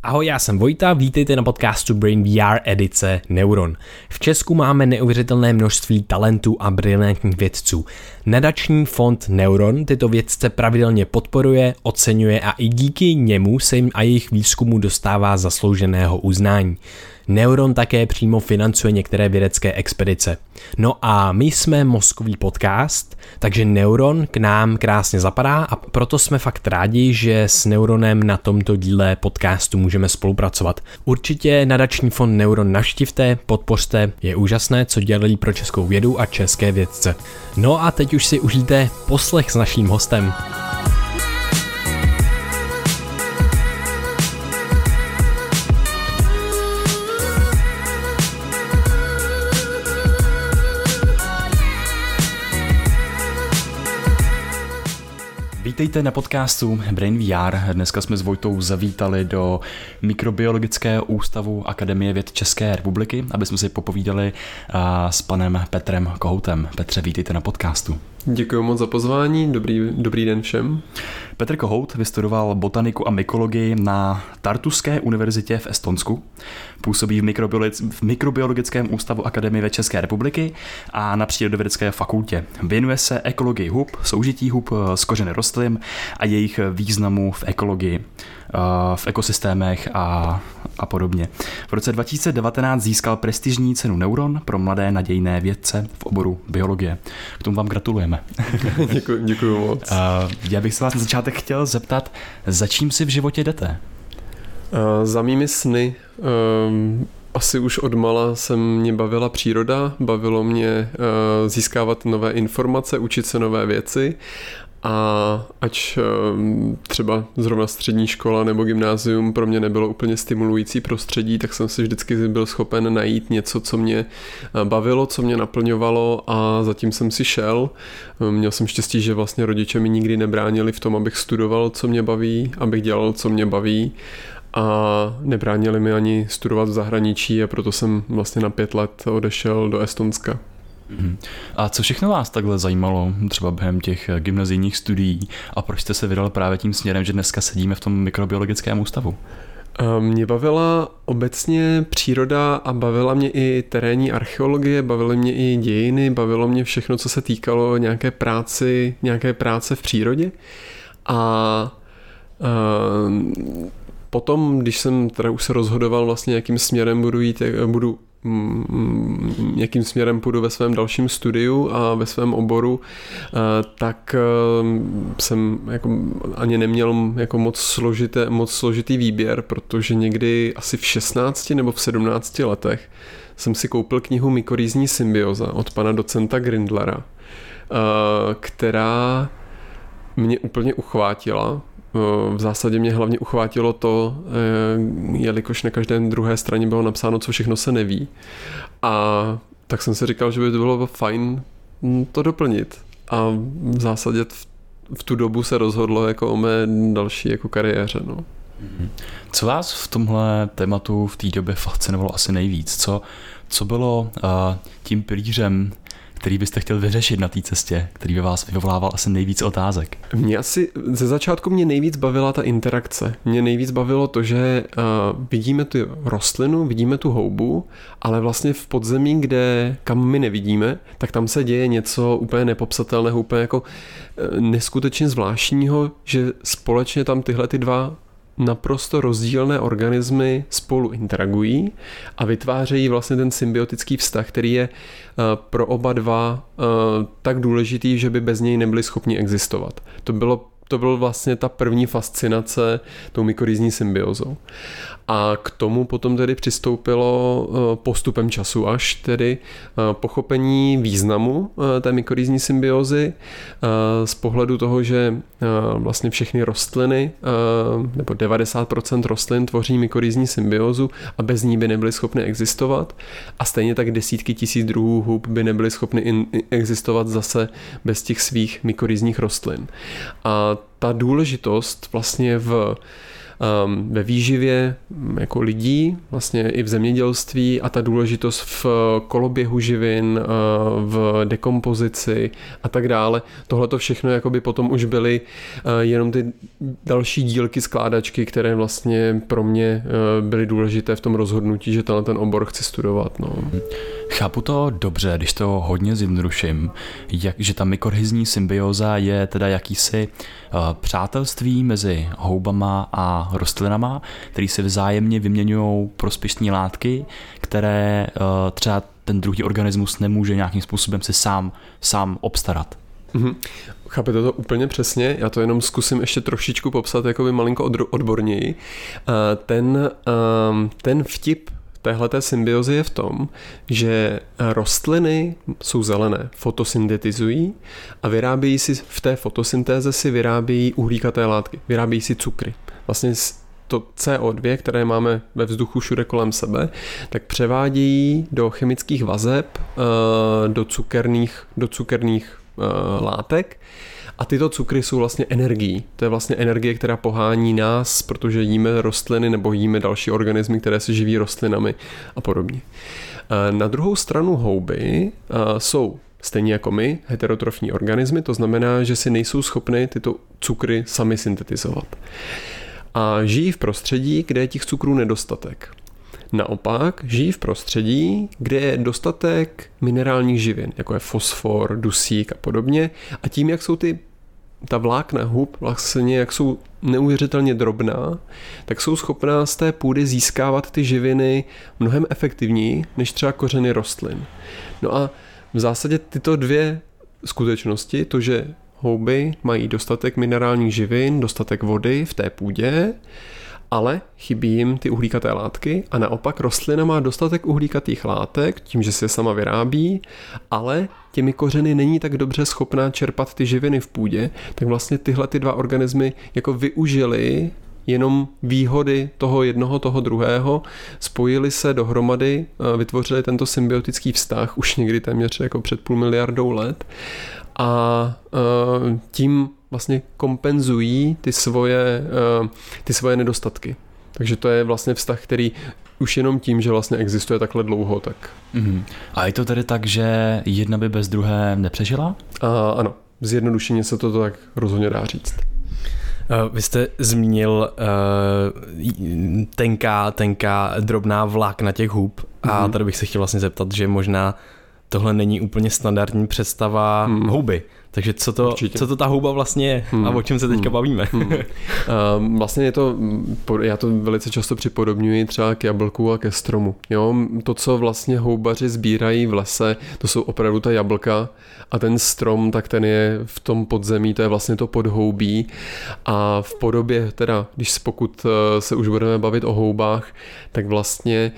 Ahoj, já jsem Vojta, vítejte na podcastu Brain VR edice Neuron. V Česku máme neuvěřitelné množství talentů a brilantních vědců. Nadační fond Neuron tyto vědce pravidelně podporuje, oceňuje a i díky němu se jim a jejich výzkumu dostává zaslouženého uznání. Neuron také přímo financuje některé vědecké expedice. No a my jsme mozkový podcast, takže Neuron k nám krásně zapadá a proto jsme fakt rádi, že s Neuronem na tomto díle podcastu můžeme spolupracovat. Určitě nadační fond Neuron navštivte, podpořte, je úžasné, co dělají pro českou vědu a české vědce. No a teď už si užijte poslech s naším hostem. Vítejte na podcastu Brain VR. Dneska jsme s Vojtou zavítali do Mikrobiologického ústavu Akademie věd České republiky, aby jsme si popovídali s panem Petrem Kohoutem. Petře, vítejte na podcastu. Děkuji moc za pozvání, dobrý den všem. Petr Kohout vystudoval botaniku a mykologii na Tartuské univerzitě v Estonsku. Působí v Mikrobiologickém ústavu Akademie věd České republiky a na Přírodovědecké fakultě. Věnuje se ekologii hub, soužití hub z kořeny rostlin a jejich významu v ekologii, v ekosystémech a podobně. V roce 2019 získal prestižní cenu Neuron pro mladé nadějné vědce v oboru biologie. K tomu vám gratulujeme. Děkuji moc. Já bych se vás na začátek chtěl zeptat, za čím si v životě jdete? Za mými sny. Asi už odmala mě bavila příroda, bavilo mě získávat nové informace, učit se nové věci. A ač třeba zrovna střední škola nebo gymnázium pro mě nebylo úplně stimulující prostředí, tak jsem si vždycky byl schopen najít něco, co mě bavilo, co mě naplňovalo a zatím jsem si šel. Měl jsem štěstí, že vlastně rodiče mi nikdy nebránili v tom, abych studoval, co mě baví, abych dělal, co mě baví. A nebránili mi ani studovat v zahraničí a proto jsem vlastně na 5 let odešel do Estonska. A co všechno vás takhle zajímalo třeba během těch gymnazijních studií a proč jste se vydal právě tím směrem, že dneska sedíme v tom mikrobiologickém ústavu? Mě bavila obecně příroda a bavila mě i terénní archeologie, bavily mě i dějiny, bavilo mě všechno, co se týkalo nějaké práce v přírodě. A potom, když jsem teda už se rozhodoval vlastně, jakým směrem jakým směrem půjdu ve svém dalším studiu a ve svém oboru, tak jsem jako ani neměl jako moc složitý výběr, protože někdy asi v 16 nebo v 17 letech jsem si koupil knihu Mykorýzní symbioza od pana docenta Grindlera, která mě úplně uchvátila. V zásadě mě hlavně uchvátilo to, jelikož na každé druhé straně bylo napsáno, co všechno se neví. A tak jsem si říkal, že by to bylo fajn to doplnit. A v zásadě v tu dobu se rozhodlo jako o mé další jako kariéře. No. Co vás v tomhle tématu v té době fascinovalo asi nejvíc? Co bylo tím pilířem, který byste chtěl vyřešit na té cestě, který by vás vyvolával asi nejvíc otázek? Ze začátku mě nejvíc bavila ta interakce. Mě nejvíc bavilo to, že vidíme tu rostlinu, vidíme tu houbu, ale vlastně v podzemí, kam my nevidíme, tak tam se děje něco úplně nepopsatelného, úplně jako neskutečně zvláštního, že společně tam tyhle ty dva naprosto rozdílné organismy spolu interagují a vytvářejí vlastně ten symbiotický vztah, který je pro oba dva tak důležitý, že by bez něj nebyli schopni existovat. To byl vlastně ta první fascinace tou mykorýzní symbiózou. A k tomu potom tedy přistoupilo postupem času až tedy pochopení významu té mykorýzní symbiózy z pohledu toho, že vlastně všechny rostliny nebo 90% rostlin tvoří mykorýzní symbiózu a bez ní by nebyly schopny existovat a stejně tak desítky tisíc druhů hub by nebyly schopny existovat zase bez těch svých mykorýzních rostlin. A ta důležitost vlastně v ve výživě jako lidí, vlastně i v zemědělství a ta důležitost v koloběhu živin, v dekompozici a tak dále. Tohle to všechno jakoby potom už byly jenom ty další dílky skládačky, které vlastně pro mě byly důležité v tom rozhodnutí, že ten obor chci studovat. No. Chápu to dobře, když to hodně zjednoduším, že ta mykorhizní symbióza je teda jakýsi přátelství mezi houbama a rostlinama, který si vzájemně vyměňují prospěšné látky, které třeba ten druhý organismus nemůže nějakým způsobem si sám obstarat. Mm-hmm. Chápete to úplně přesně, já to jenom zkusím ještě trošičku popsat jakoby malinko odborněji. Ten vtip téhleté symbiozy je v tom, že rostliny jsou zelené, fotosyntetizují a vyrábějí si v té fotosyntéze vyrábějí uhlíkaté látky, vyrábějí si cukry. Vlastně to CO2, které máme ve vzduchu všude kolem sebe, tak převádějí do chemických vazeb, do cukerných látek. A tyto cukry jsou vlastně energií. To je vlastně energie, která pohání nás, protože jíme rostliny nebo jíme další organismy, které se živí rostlinami a podobně. Na druhou stranu houby jsou stejně jako my heterotrofní organismy, to znamená, že si nejsou schopny tyto cukry sami syntetizovat. A žijí v prostředí, kde je těch cukrů nedostatek. Naopak žijí v prostředí, kde je dostatek minerálních živin, jako je fosfor, dusík a podobně. A tím, jak jsou ta vlákna hub, vlastně jak jsou neuvěřitelně drobná, tak jsou schopná z té půdy získávat ty živiny mnohem efektivněji, než třeba kořeny rostlin. No a v zásadě tyto dvě skutečnosti, to, že houby mají dostatek minerálních živin, dostatek vody v té půdě, ale chybí jim ty uhlíkaté látky a naopak rostlina má dostatek uhlíkatých látek, tím, že si je sama vyrábí, ale těmi kořeny není tak dobře schopná čerpat ty živiny v půdě, tak vlastně tyhle ty dva organismy jako využili jenom výhody toho jednoho, toho druhého, spojili se dohromady, vytvořili tento symbiotický vztah už někdy téměř jako před 500 milionů let a tím vlastně kompenzují ty svoje nedostatky. Takže to je vlastně vztah, který už jenom tím, že vlastně existuje takhle dlouho, tak... Mm-hmm. A je to tedy tak, že jedna by bez druhé nepřežila? Ano, zjednodušeně se to tak rozhodně dá říct. Vy jste zmínil tenká drobná vlákna těch hub a tady bych se chtěl vlastně zeptat, že možná tohle není úplně standardní představa houby. Takže co to ta houba vlastně je a o čem se teďka bavíme? Vlastně je to, já to velice často připodobňuji třeba k jablku a ke stromu. Jo? To, co vlastně houbaři sbírají v lese, to jsou opravdu ta jablka a ten strom, tak ten je v tom podzemí, to je vlastně to podhoubí a v podobě, teda, pokud se už budeme bavit o houbách, tak vlastně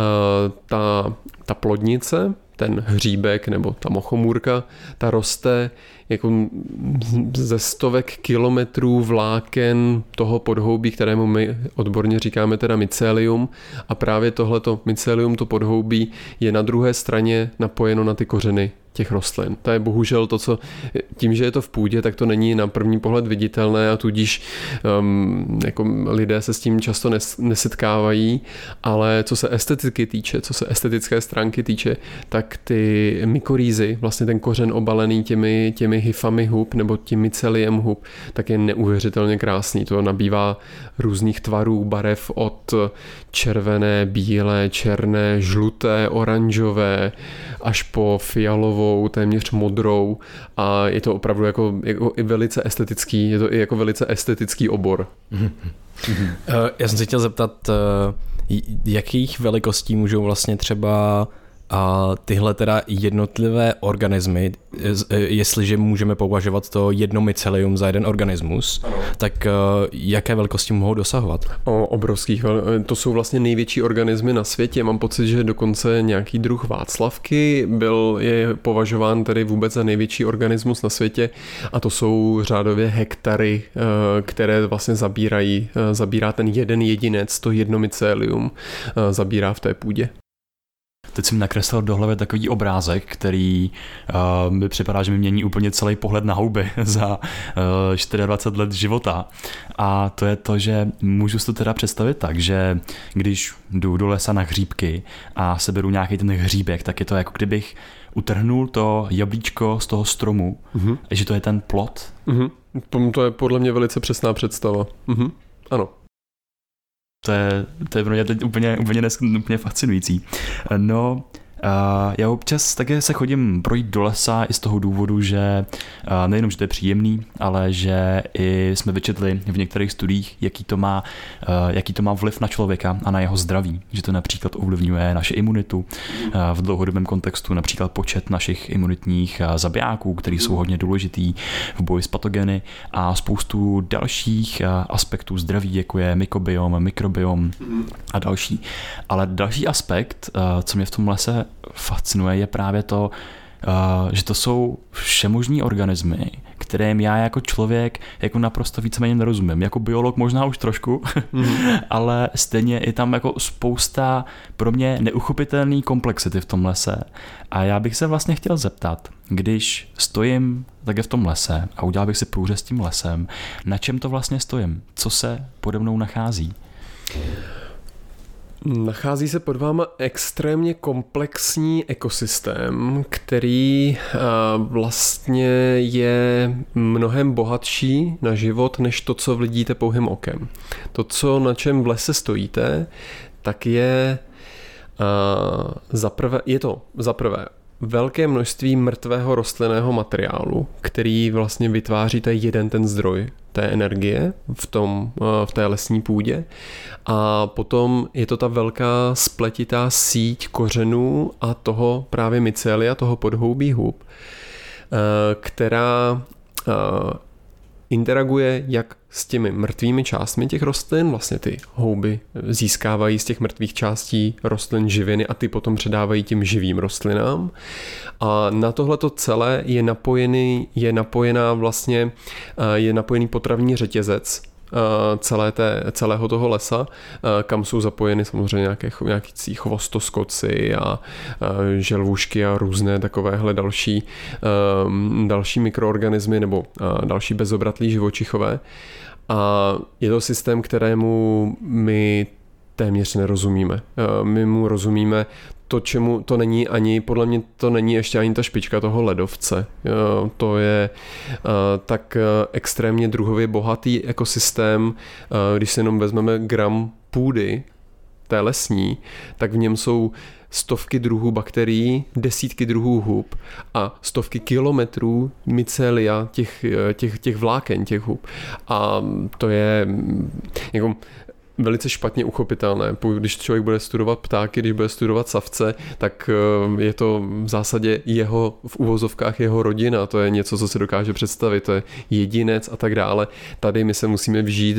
ta plodnice, ten hříbek nebo ta mochomůrka, ta roste jako ze stovek kilometrů vláken toho podhoubí, kterému my odborně říkáme teda mycelium a právě tohleto mycelium, to podhoubí, je na druhé straně napojeno na ty kořeny těch rostlin. To je bohužel to, co tím, že je to v půdě, tak to není na první pohled viditelné a tudíž jako lidé se s tím často nesetkávají, ale co se estetiky týče, co se estetické stránky týče, tak ty mykorýzy, vlastně ten kořen obalený těmi hyfami hub nebo tím myceliem hub, tak je neuvěřitelně krásný. To nabývá různých tvarů, barev od červené, bílé, černé, žluté, oranžové, až po fialovou, téměř modrou a je to opravdu jako i velice estetický, je to i jako velice estetický obor. Já jsem se chtěl zeptat, jakých velikostí můžou vlastně třeba tyhle teda jednotlivé organismy, jestliže můžeme považovat to jedno mycelium za jeden organismus, tak jaké velikosti mohou dosahovat? Obrovských. To jsou vlastně největší organismy na světě. Mám pocit, že dokonce nějaký druh václavky je považován tedy vůbec za největší organismus na světě a to jsou řádově hektary, které vlastně zabírá ten jeden jedinec, to jedno mycelium zabírá v té půdě. Teď jsem nakreslil do hlavy takový obrázek, který mi připadá, že mi mění úplně celý pohled na houby za 24 let života. A to je to, že můžu si to teda představit tak, že když jdu do lesa na hříbky a seberu nějaký ten hříbek, tak je to jako kdybych utrhnul to jablíčko z toho stromu, že to je ten plod. To je podle mě velice přesná představa. Ano. To je pro mě teď úplně fascinující. No, já občas také se chodím projít do lesa i z toho důvodu, že nejenom, že to je příjemný, ale že i jsme vyčetli v některých studiích, jaký to má vliv na člověka a na jeho zdraví. Že to například ovlivňuje naše imunitu v dlouhodobém kontextu, například počet našich imunitních zabijáků, který jsou hodně důležitý v boji s patogeny a spoustu dalších aspektů zdraví, jako je mykobiom, mikrobiom a další. Ale další aspekt, co mě v tom lese fascinuje, je právě to, že to jsou všemožní organismy, kterým já jako člověk jako naprosto víceméně nerozumím. Jako biolog možná už trošku, ale stejně je tam jako spousta pro mě neuchopitelný komplexity v tom lese. A já bych se vlastně chtěl zeptat, když stojím také v tom lese a udělal bych si průřez s tím lesem, na čem to vlastně stojím? Co se pode mnou nachází? Nachází se pod váma extrémně komplexní ekosystém, který vlastně je mnohem bohatší na život, než to, co vidíte pouhým okem. To, na čem v lese stojíte, tak je za prvé velké množství mrtvého rostlinného materiálu, který vlastně vytváří ten zdroj té energie v té lesní půdě. A potom je to ta velká spletitá síť kořenů a toho právě mycelia, toho podhoubí hub, která interaguje jak s těmi mrtvými částmi těch rostlin, vlastně ty houby získávají z těch mrtvých částí rostlin živiny a ty potom předávají těm živým rostlinám. A na tohleto celé je napojený potravní řetězec celého toho lesa, kam jsou zapojeny samozřejmě nějaký chvostoskoci a želvušky a různé takovéhle další mikroorganismy nebo další bezobratlí živočichové. A je to systém, kterému my téměř nerozumíme. My mu rozumíme to, čemu to není ani, podle mě to není ještě ani ta špička toho ledovce. To je tak extrémně druhově bohatý ekosystém, když si jenom vezmeme gram půdy, té lesní, tak v něm jsou stovky druhů bakterií, desítky druhů hub a stovky kilometrů mycelia těch vláken, těch hub. A to je jako velice špatně uchopitelné. Když člověk bude studovat ptáky, když bude studovat savce, tak je to v zásadě v uvozovkách jeho rodina. To je něco, co si dokáže představit. To je jedinec a tak dále. Tady my se musíme vžít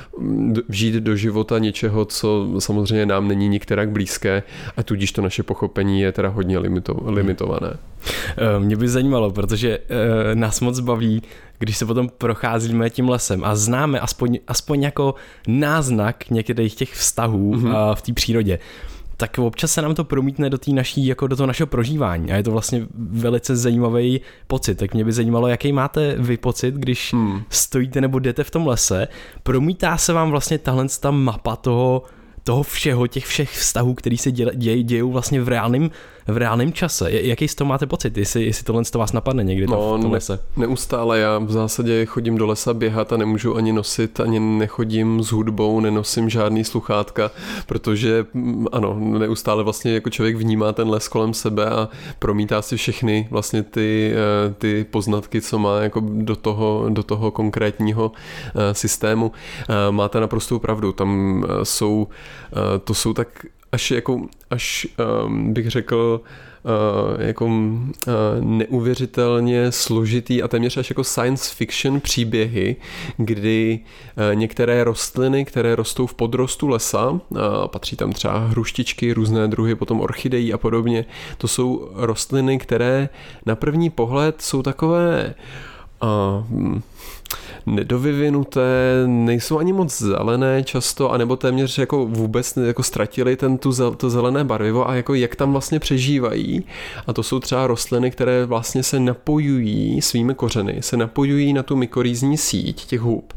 do života něčeho, co samozřejmě nám není nikterak blízké a tudíž to naše pochopení je teda hodně limitované. Mě by zajímalo, protože nás moc baví, když se potom procházíme tím lesem a známe aspoň jako náznak některých těch vztahů v té přírodě, tak občas se nám to promítne do toho našeho prožívání a je to vlastně velice zajímavý pocit. Tak mě by zajímalo, jaký máte vy pocit, když stojíte nebo jdete v tom lese, promítá se vám vlastně ta mapa toho všeho, těch všech vztahů, který se dějou vlastně v reálném čase. Jaký z toho máte pocit, jestli tohle z toho vás napadne někdy v tom lese? Neustále, já v zásadě chodím do lesa běhat a nemůžu ani nosit, ani nechodím s hudbou, nenosím žádný sluchátka, protože ano, neustále vlastně jako člověk vnímá ten les kolem sebe a promítá si všechny vlastně ty poznatky, co má jako do toho konkrétního systému. Máte naprostou pravdu, tam to jsou tak až bych řekl neuvěřitelně složitý a téměř až jako science fiction příběhy, kdy některé rostliny, které rostou v podrostu lesa, patří tam třeba hruštičky, různé druhy, potom orchidejí a podobně, to jsou rostliny, které na první pohled jsou takové nedovyvinuté, nejsou ani moc zelené často, anebo téměř jako vůbec jako ztratili to zelené barvivo a jako jak tam vlastně přežívají. A to jsou třeba rostliny, které vlastně se napojují svými kořeny, se napojují na tu mykorýzní síť těch hub.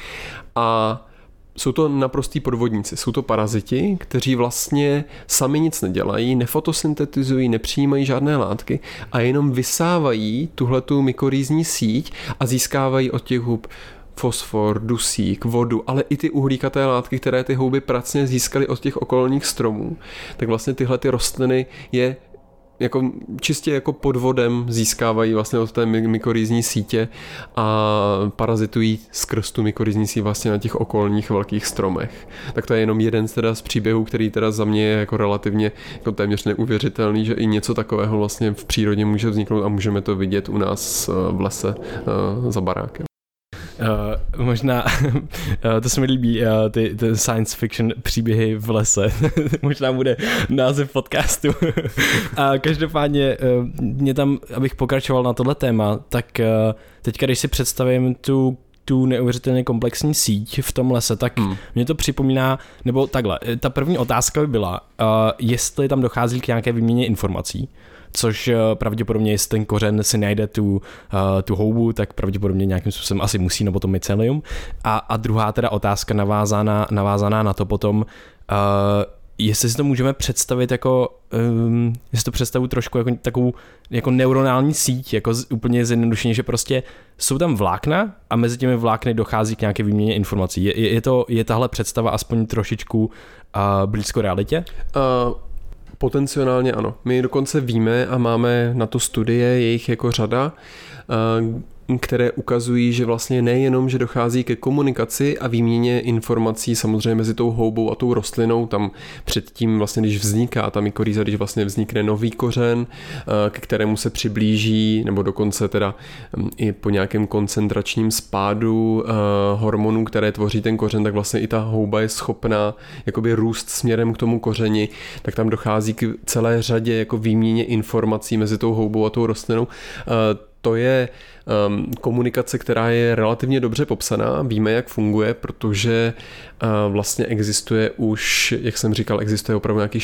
A jsou to naprostí podvodníci, jsou to paraziti, kteří vlastně sami nic nedělají, nefotosyntetizují, nepřijímají žádné látky a jenom vysávají tuhletu mykorýzní síť a získávají od těch hub fosfor, dusík, vodu, ale i ty uhlíkaté látky, které ty houby pracně získaly od těch okolních stromů. Tak vlastně tyhle ty rostliny je jako čistě jako podvodem získávají vlastně od té mykorýzní sítě a parazitují skrz tu mykorýzní síť vlastně na těch okolních velkých stromech. Tak to je jenom jeden z příběhů, který teda za mě je jako relativně jako téměř neuvěřitelný, že i něco takového vlastně v přírodě může vzniknout a můžeme to vidět u nás v lese za barákem. Možná, to se mi líbí, ty science fiction příběhy v lese. Možná bude název podcastu. A každopádně mě tam, abych pokračoval na tohle téma, tak teďka, když si představím tu neuvěřitelně komplexní síť v tom lese, tak mě to připomíná, nebo takhle, ta první otázka by byla, jestli tam dochází k nějaké výměně informací, což pravděpodobně, jestli ten kořen si najde tu houbu, tak pravděpodobně nějakým způsobem asi musí, nebo to mycelium. A druhá teda otázka navázaná na to potom, jestli si to můžeme představit jako, jestli to představuji trošku jako takovou jako neuronální síť, jako úplně zjednodušeně, že prostě jsou tam vlákna a mezi těmi vlákny dochází k nějaké výměně informací. Je tahle představa aspoň trošičku blízko realitě? Potenciálně ano. My dokonce víme a máme na to studie, jejich jako řada, které ukazují, že vlastně nejenom, že dochází ke komunikaci a výměně informací samozřejmě mezi tou houbou a tou rostlinou, tam předtím vlastně, když vzniká ta mykorýza, když vlastně vznikne nový kořen, ke kterému se přiblíží, nebo dokonce teda i po nějakém koncentračním spádu hormonů, které tvoří ten kořen, tak vlastně i ta houba je schopná jakoby růst směrem k tomu kořeni, tak tam dochází k celé řadě jako výměně informací mezi tou houbou a tou rostlinou. To je komunikace, která je relativně dobře popsaná, víme, jak funguje, protože vlastně existuje už, jak jsem říkal, existuje opravdu nějakých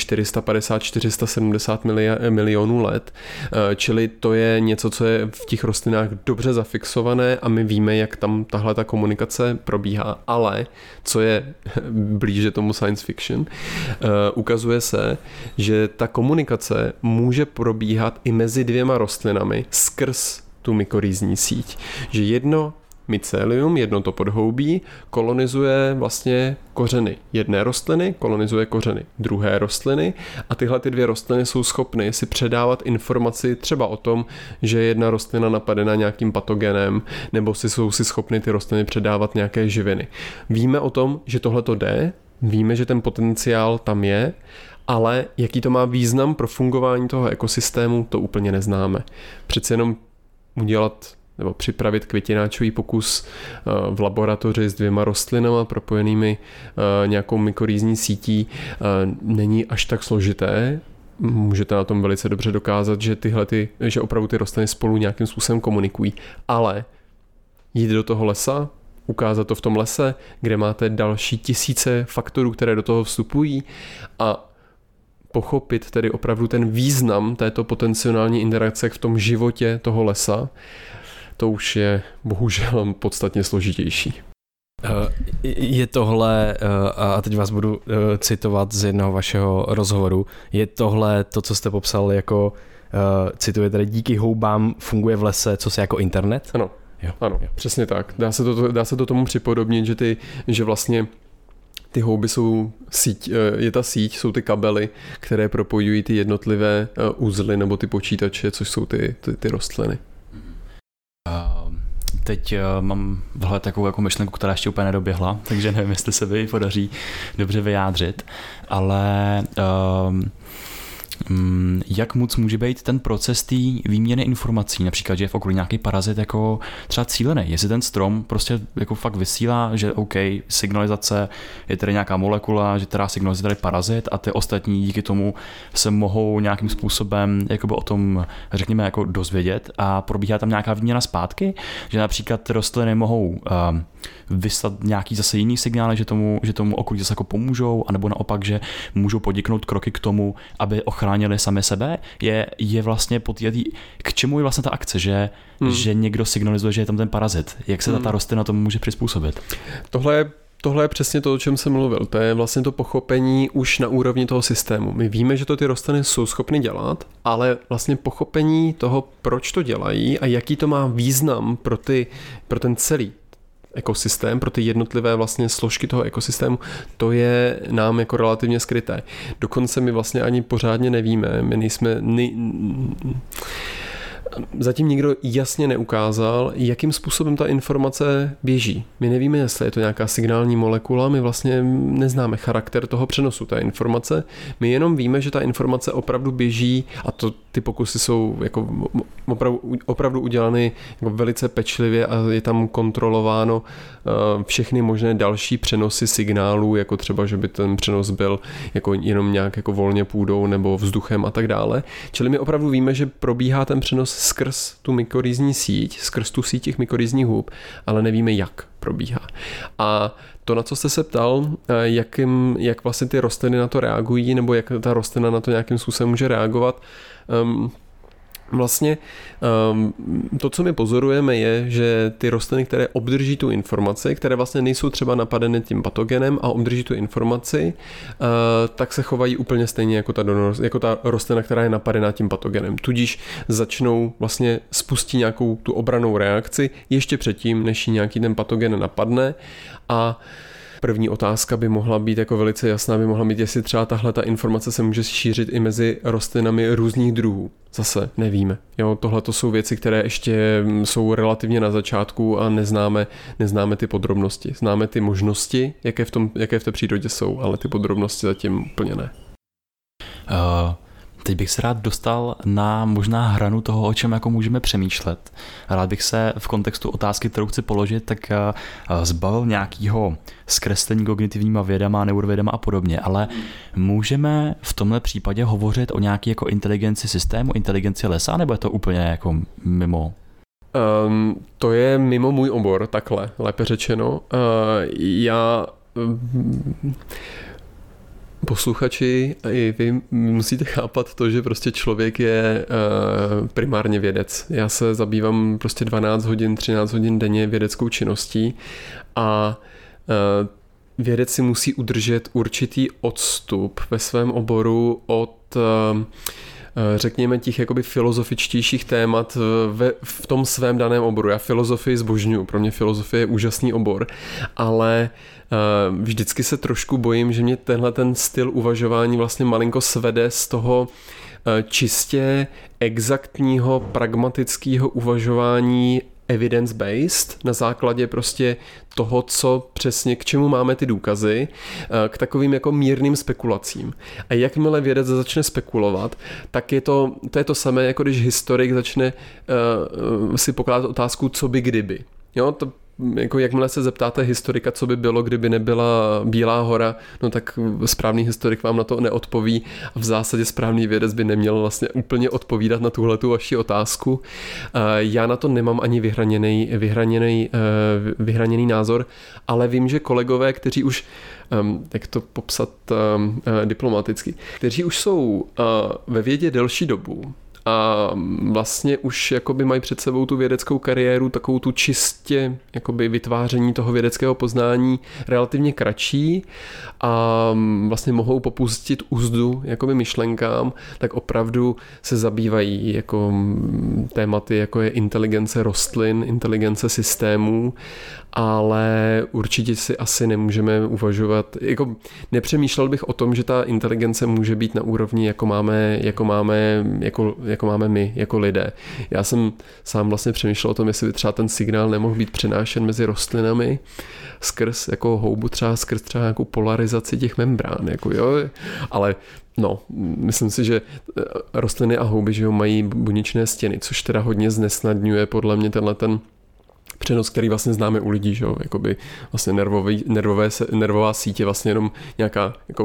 450-470 milionů let, čili to je něco, co je v těch rostlinách dobře zafixované a my víme, jak tam tahle ta komunikace probíhá, ale co je blíže tomu science fiction, ukazuje se, že ta komunikace může probíhat i mezi dvěma rostlinami skrz tu mykorýzní síť. Že jedno mycelium, jedno to podhoubí, kolonizuje vlastně kořeny jedné rostliny, kolonizuje kořeny druhé rostliny a tyhle ty dvě rostliny jsou schopny si předávat informaci třeba o tom, že jedna rostlina napadena nějakým patogenem, nebo jsou si schopny ty rostliny předávat nějaké živiny. Víme o tom, že tohle to jde, víme, že ten potenciál tam je, ale jaký to má význam pro fungování toho ekosystému, to úplně neznáme. Přece jenom udělat nebo připravit květináčový pokus v laboratoři s dvěma rostlinama propojenými nějakou mykorýzní sítí není až tak složité. Můžete na tom velice dobře dokázat, že opravdu ty rostliny spolu nějakým způsobem komunikují. Ale jít do toho lesa, ukázat to v tom lese, kde máte další tisíce faktorů, které do toho vstupují a pochopit tedy opravdu ten význam této potenciální interakce v tom životě toho lesa, to už je bohužel podstatně složitější. Je tohle, a teď vás budu citovat z jednoho vašeho rozhovoru, je tohle to, co jste popsal jako, cituje tady, díky houbám funguje v lese, co se jako internet? Ano, ano, přesně tak. Dá se to tomu připodobnit, že vlastně ty houby jsou je ta síť, jsou ty kabely, které propojují ty jednotlivé uzly nebo ty počítače, což jsou ty rostliny. Teď mám v hlavě takovou jako myšlenku, která ještě úplně nedoběhla, takže nevím, jestli se mi podaří dobře vyjádřit, ale jak moc může být ten proces té výměny informací, například, že je v okolí nějaký parazit jako třeba cílený, jestli ten strom prostě jako fakt vysílá, že OK, signalizace, je tady nějaká molekula, že teda signalizuje tady parazit a ty ostatní díky tomu se mohou nějakým způsobem jakoby o tom, řekněme, jako dozvědět a probíhá tam nějaká výměna zpátky, že například ty rostliny mohou vyslat nějaký zase jiný signály, že tomu okolí zase jako pomůžou, anebo naopak, že můžou podniknout kroky k tomu, aby ochránili sami sebe, je vlastně k čemu je vlastně ta akce, že někdo signalizuje, že je tam ten parazit. Jak se ta rostlina tomu může přizpůsobit? Tohle je přesně to, o čem jsem mluvil. To je vlastně to pochopení už na úrovni toho systému. My víme, že to ty rostliny jsou schopny dělat, ale vlastně pochopení toho, proč to dělají a jaký to má význam pro ten celý ekosystém, pro ty jednotlivé vlastně složky toho ekosystému, to je nám jako relativně skryté. Dokonce my vlastně ani pořádně nevíme, my nejsme... Zatím nikdo jasně neukázal, jakým způsobem ta informace běží. My nevíme, jestli je to nějaká signální molekula, my vlastně neznáme charakter toho přenosu té informace, my jenom víme, že ta informace opravdu běží a ty pokusy jsou jako opravdu udělány jako velice pečlivě a je tam kontrolováno všechny možné další přenosy signálů, jako třeba, že by ten přenos byl jako jenom nějak jako volně půdou nebo vzduchem a tak dále. Čili my opravdu víme, že probíhá ten přenos skrz tu mykorýzní síť, skrz tu síť těch mykorýzních hub, ale nevíme, jak probíhá. A to, na co jste se ptal, jak vlastně ty rostliny na to reagují, nebo jak ta rostlina na to nějakým způsobem může reagovat, vlastně to, co my pozorujeme, je, že ty rostliny, které obdrží tu informaci, které vlastně nejsou třeba napadeny tím patogenem a obdrží tu informaci, tak se chovají úplně stejně jako ta rostlina, která je napadená tím patogenem. Tudíž začnou vlastně spustit nějakou tu obrannou reakci ještě předtím, než ji nějaký ten patogen napadne a první otázka by mohla být jako velice jasná, by mohla být, jestli třeba tahle ta informace se může šířit i mezi rostlinami různých druhů. Zase nevíme. Tohle to jsou věci, které ještě jsou relativně na začátku a neznáme ty podrobnosti. Známe ty možnosti, jaké v té přírodě jsou, ale ty podrobnosti zatím úplně ne. Teď bych se rád dostal na možná hranu toho, o čem jako můžeme přemýšlet. Rád bych se v kontextu otázky, kterou chci položit, tak zbavil nějakého zkreslení kognitivníma vědama, neurovědama a podobně, ale můžeme v tomhle případě hovořit o nějaké jako inteligenci systému, inteligenci lesa, nebo je to úplně jako mimo? To je mimo můj obor, takhle, lépe řečeno. Posluchači i vy musíte chápat to, že prostě člověk je primárně vědec. Já se zabývám prostě 12 hodin, 13 hodin denně vědeckou činností a vědec si musí udržet určitý odstup ve svém oboru od řekněme těch jakoby filozofičtějších témat v tom svém daném oboru. Já filozofii zbožňuju, pro mě filozofie je úžasný obor, ale vždycky se trošku bojím, že mě tenhle ten styl uvažování vlastně malinko svede z toho čistě exaktního, pragmatického uvažování evidence-based, na základě prostě toho, co přesně, k čemu máme ty důkazy, k takovým jako mírným spekulacím. A jakmile vědec začne spekulovat, tak je to samé, jako když historik začne si pokládat otázku, co by kdyby. Jo, to jako jakmile se zeptáte historika, co by bylo, kdyby nebyla Bílá hora, no tak správný historik vám na to neodpoví a v zásadě správný vědec by neměl vlastně úplně odpovídat na tuhletu vaši otázku. Já na to nemám ani vyhraněný názor, ale vím, že kolegové, kteří už, jak to popsat diplomaticky, kteří už jsou ve vědě delší dobu, a vlastně už jakoby mají před sebou tu vědeckou kariéru, takovou tu čistě jakoby vytváření toho vědeckého poznání relativně kratší a vlastně mohou popustit úzdu jakoby myšlenkám, tak opravdu se zabývají jako tématy, jako je inteligence rostlin, inteligence systémů, ale určitě si asi nemůžeme uvažovat, jako nepřemýšlel bych o tom, že ta inteligence může být na úrovni, jako máme jako máme my, jako lidé. Já jsem sám vlastně přemýšlel o tom, jestli by třeba ten signál nemohl být přenášen mezi rostlinami skrz jako houbu, skrz třeba nějakou polarizaci těch membrán, jako jo, ale no, myslím si, že rostliny a houby, že jo, mají buněčné stěny, což teda hodně znesnadňuje podle mě tenhle ten přenos, který vlastně známe u lidí, že jo, jakoby vlastně nervová sítě, vlastně jenom nějaká jako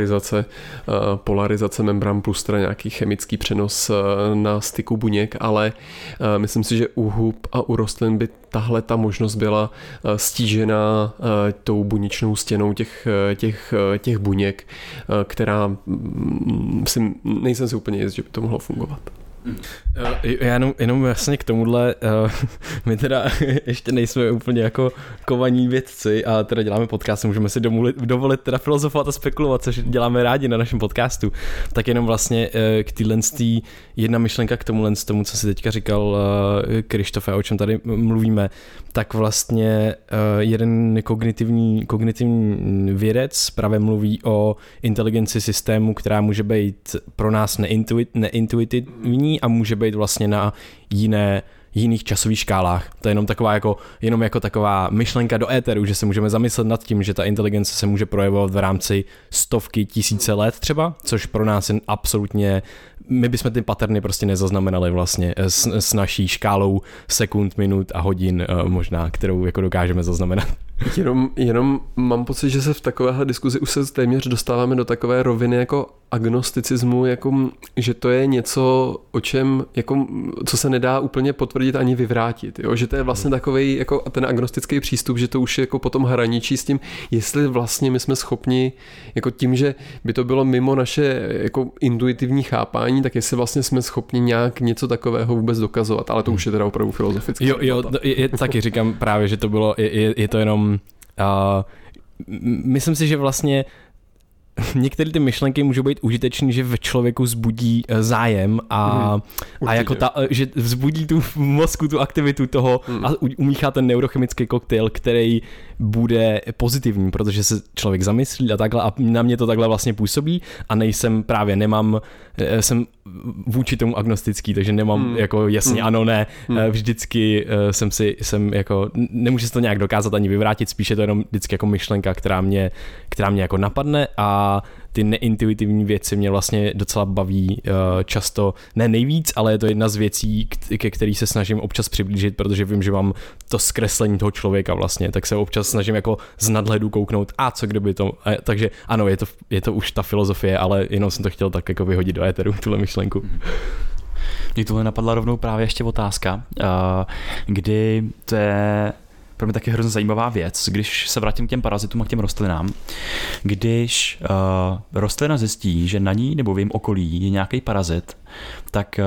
polarizace membran plus teda nějaký chemický přenos na styku buněk, ale myslím si, že u hub a u rostlin by tahle ta možnost byla stížená tou buněčnou stěnou těch buněk, která nejsem si úplně jist, že by to mohlo fungovat. Já jenom vlastně k tomuhle, my teda ještě nejsme úplně jako kovaní vědci a teda děláme podcast, můžeme si dovolit teda filozofovat a spekulovat, což děláme rádi na našem podcastu, tak jenom vlastně k téhle jedna myšlenka k tomu, co si teďka říkal Krištofe, o čem tady mluvíme, tak vlastně jeden kognitivní vědec právě mluví o inteligenci systému, která může být pro nás neintuitivní a může být vlastně na jiných časových škálách. To je jenom jako taková myšlenka do éteru, že se můžeme zamyslet nad tím, že ta inteligence se může projevovat v rámci stovky, tisíce let třeba, což pro nás je absolutně, my bychom ty paterny prostě nezaznamenali vlastně s naší škálou sekund, minut a hodin možná, kterou jako dokážeme zaznamenat. Jenom mám pocit, že se v takovéhle diskuzi už se téměř dostáváme do takové roviny jako agnosticismu, jako, že to je něco, o čem, jako, co se nedá úplně potvrdit ani vyvrátit. Jo? Že to je vlastně takovej jako ten agnostický přístup, že to už je jako potom hraničí s tím, jestli vlastně my jsme schopni, jako tím, že by to bylo mimo naše jako intuitivní chápání, tak jestli vlastně jsme schopni nějak něco takového vůbec dokazovat, ale to už je teda opravdu filozofické. Jo, taky říkám právě, že to bylo, je to jenom myslím si, že vlastně některé ty myšlenky můžou být užitečný, že v člověku vzbudí zájem a jako že vzbudí tu v mozku tu aktivitu toho a umíchá ten neurochemický koktejl, který bude pozitivní, protože se člověk zamyslí a takhle a na mě to takhle vlastně působí a jsem vůči tomu agnostický, takže nemám jako jasně ano, ne, vždycky jsem jako, nemůže se to nějak dokázat ani vyvrátit, spíš je to jenom vždycky jako myšlenka, která mě jako napadne a ty neintuitivní věci mě vlastně docela baví často, ne nejvíc, ale je to jedna z věcí, ke který se snažím občas přiblížit, protože vím, že mám to zkreslení toho člověka vlastně, tak se občas snažím jako z nadhledu kouknout, co kdyby to, takže ano, je to už ta filozofie, ale jenom jsem to chtěl tak jako vyhodit do éteru, tuhle myšlenku. Mně tohle napadla rovnou právě ještě otázka, kdy to je pro mě taky hrozně zajímavá věc, když se vrátím k těm parazitům a k těm rostlinám. Když rostlina zjistí, že na ní nebo v jejím okolí je nějaký parazit, tak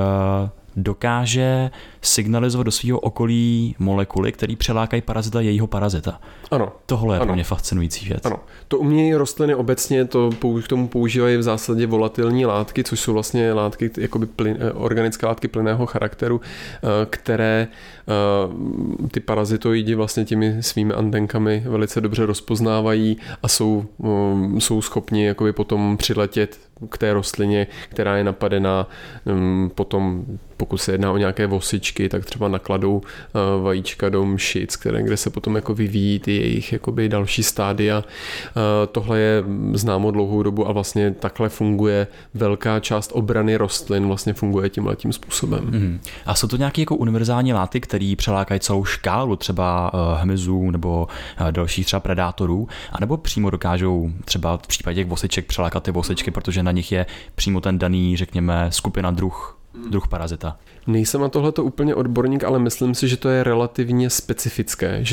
dokáže signalizovat do svého okolí molekuly, které přelákají parazita jejího parazita. Ano. Tohle je pro mě fascinující věc. Ano. To umějí rostliny obecně, k tomu používají v zásadě volatilní látky, což jsou vlastně látky, jakoby organické látky plynného charakteru, které ty parazitoidi vlastně těmi svými antenkami velice dobře rozpoznávají a jsou schopni jakoby potom přiletět k té rostlině, která je napadená, potom pokud se jedná o nějaké vosičky, tak třeba nakladou vajíčka do mšic, kde se potom jako vyvíjí ty jejich jakoby další stádia. Tohle je známo dlouhou dobu a vlastně takhle funguje velká část obrany rostlin, vlastně funguje tímhletím způsobem. A jsou to nějaké jako univerzální látky, které přelákají celou škálu třeba hmyzů nebo dalších třeba predátorů, anebo přímo dokážou třeba v případě těch vosiček přelákat ty vosičky, protože na nich je přímo ten daný, řekněme, skupina druh parazita. Nejsem na tohleto úplně odborník, ale myslím si, že to je relativně specifické, že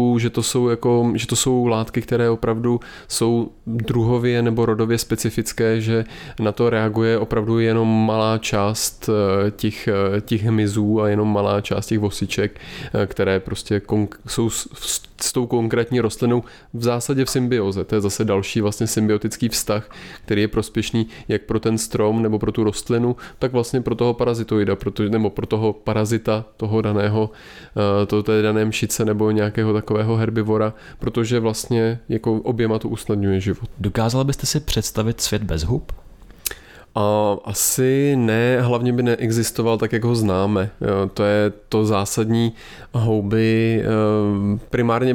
to jsou látky, které opravdu jsou druhově nebo rodově specifické, že na to reaguje opravdu jenom malá část těch hmyzů a jenom malá část těch vosiček, které prostě jsou s tou konkrétní rostlinou v zásadě v symbioze. To je zase další vlastně symbiotický vztah, který je prospěšný jak pro ten strom nebo pro tu rostlinu, tak vlastně pro toho parazitoida, nebo pro toho parazita, toho daného, té dané mšice nebo nějakého takového herbivora, protože vlastně jako oběma to usnadňuje život. Dokázala byste si představit svět bez hub? A asi ne, hlavně by neexistoval tak, jak ho známe. Jo, to je to zásadní. Houby, primárně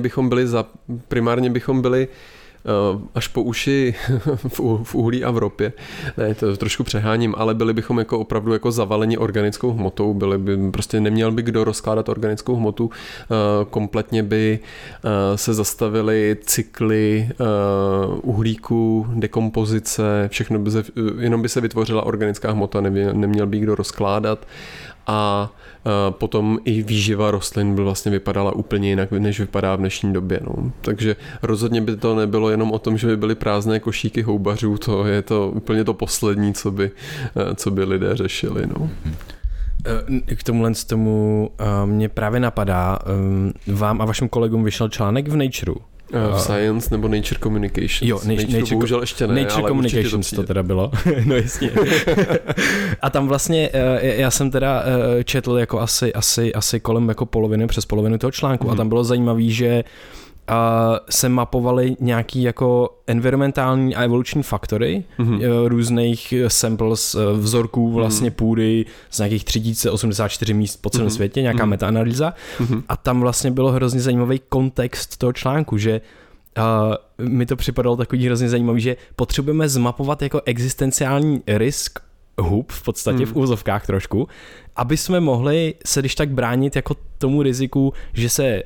bychom byli až po uši v uhlí a v ropě. Ne, to trošku přeháním, ale byli bychom jako opravdu jako zavaleni organickou hmotou, prostě neměl by kdo rozkládat organickou hmotu, kompletně by se zastavily cykly uhlíku, dekompozice, všechno jenom by se vytvořila organická hmota, neměl by kdo rozkládat a potom i výživa rostlin by vlastně vypadala úplně jinak, než vypadá v dnešní době. No. Takže rozhodně by to nebylo jenom o tom, že by byly prázdné košíky houbařů, to je to úplně to poslední, co by lidé řešili. No. K tomu mě právě napadá, vám a vašim kolegům vyšel článek v Nature. V Science nebo Nature Communications. Jo, Nature bohužel ještě ne, Nature Communications to teda bylo. No jasně. A tam vlastně, já jsem teda četl jako asi kolem jako přes polovinu toho článku a tam bylo zajímavý, že se mapovaly nějaký jako environmentální a evoluční faktory různých samples, vzorků vlastně půdy z nějakých 3084 míst po celém světě, nějaká metaanalýza a tam vlastně bylo hrozně zajímavý kontext toho článku, že mi to připadalo takový hrozně zajímavý, že potřebujeme zmapovat jako existenciální risk hub v podstatě v úzovkách trošku, aby jsme mohli se když tak bránit jako tomu riziku, že se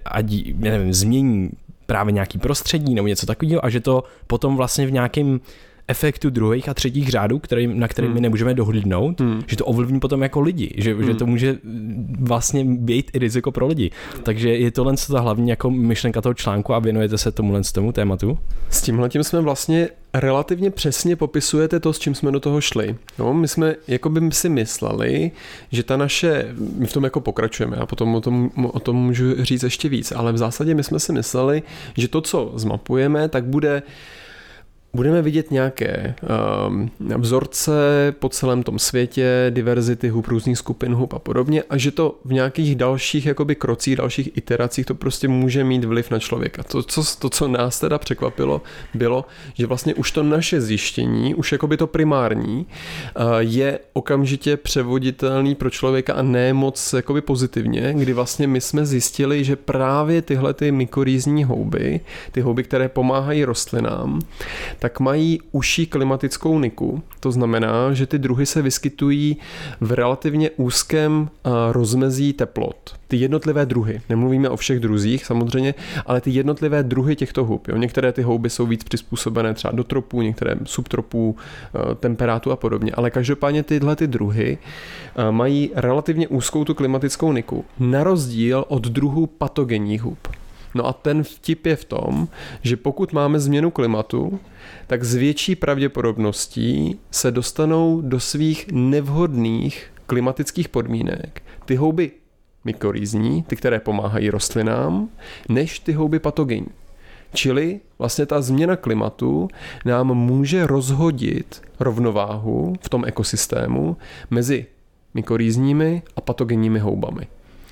změní právě nějaký prostředí nebo něco takového a že to potom vlastně v nějakém efektu druhých a třetích řádů, na který my nemůžeme dohlídnout, že to ovlivní potom jako lidi, že to může vlastně být i riziko pro lidi. Takže je tohle ta hlavní jako myšlenka toho článku a věnujete se tomu tématu? S tímhletím jsme vlastně relativně přesně popisujete to, s čím jsme do toho šli. No, my jsme jako by si mysleli, že my v tom jako pokračujeme a potom o tom můžu říct ještě víc, ale v zásadě my jsme si mysleli, že to, co zmapujeme, tak budeme vidět nějaké vzorce po celém tom světě, diverzity hub, různých skupin hub a podobně a že to v nějakých dalších jakoby krocích, dalších iteracích to prostě může mít vliv na člověka. To, co nás teda překvapilo, bylo, že vlastně už to naše zjištění, už jakoby to primární, je okamžitě převoditelný pro člověka a ne moc jakoby pozitivně, kdy vlastně my jsme zjistili, že právě tyhle ty mykorýzní houby, ty houby, které pomáhají rostlinám, tak mají užší klimatickou niku. To znamená, že ty druhy se vyskytují v relativně úzkém rozmezí teplot. Ty jednotlivé druhy, nemluvíme o všech druzích samozřejmě, ale ty jednotlivé druhy těchto hub. Jo. Některé ty houby jsou víc přizpůsobené třeba do tropů, některé subtropů, temperátu a podobně. Ale každopádně tyhle ty druhy mají relativně úzkou tu klimatickou niku. Na rozdíl od druhů patogenních hub. No a ten vtip je v tom, že pokud máme změnu klimatu, tak s větší pravděpodobností se dostanou do svých nevhodných klimatických podmínek ty houby mykorýzní, ty, které pomáhají rostlinám, než ty houby patogenní. Čili vlastně ta změna klimatu nám může rozhodit rovnováhu v tom ekosystému mezi mykorýzními a patogenními houbami.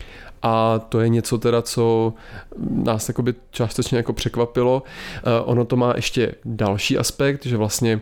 A to je něco teda, co nás takoby částečně jako překvapilo. Ono to má ještě další aspekt, že vlastně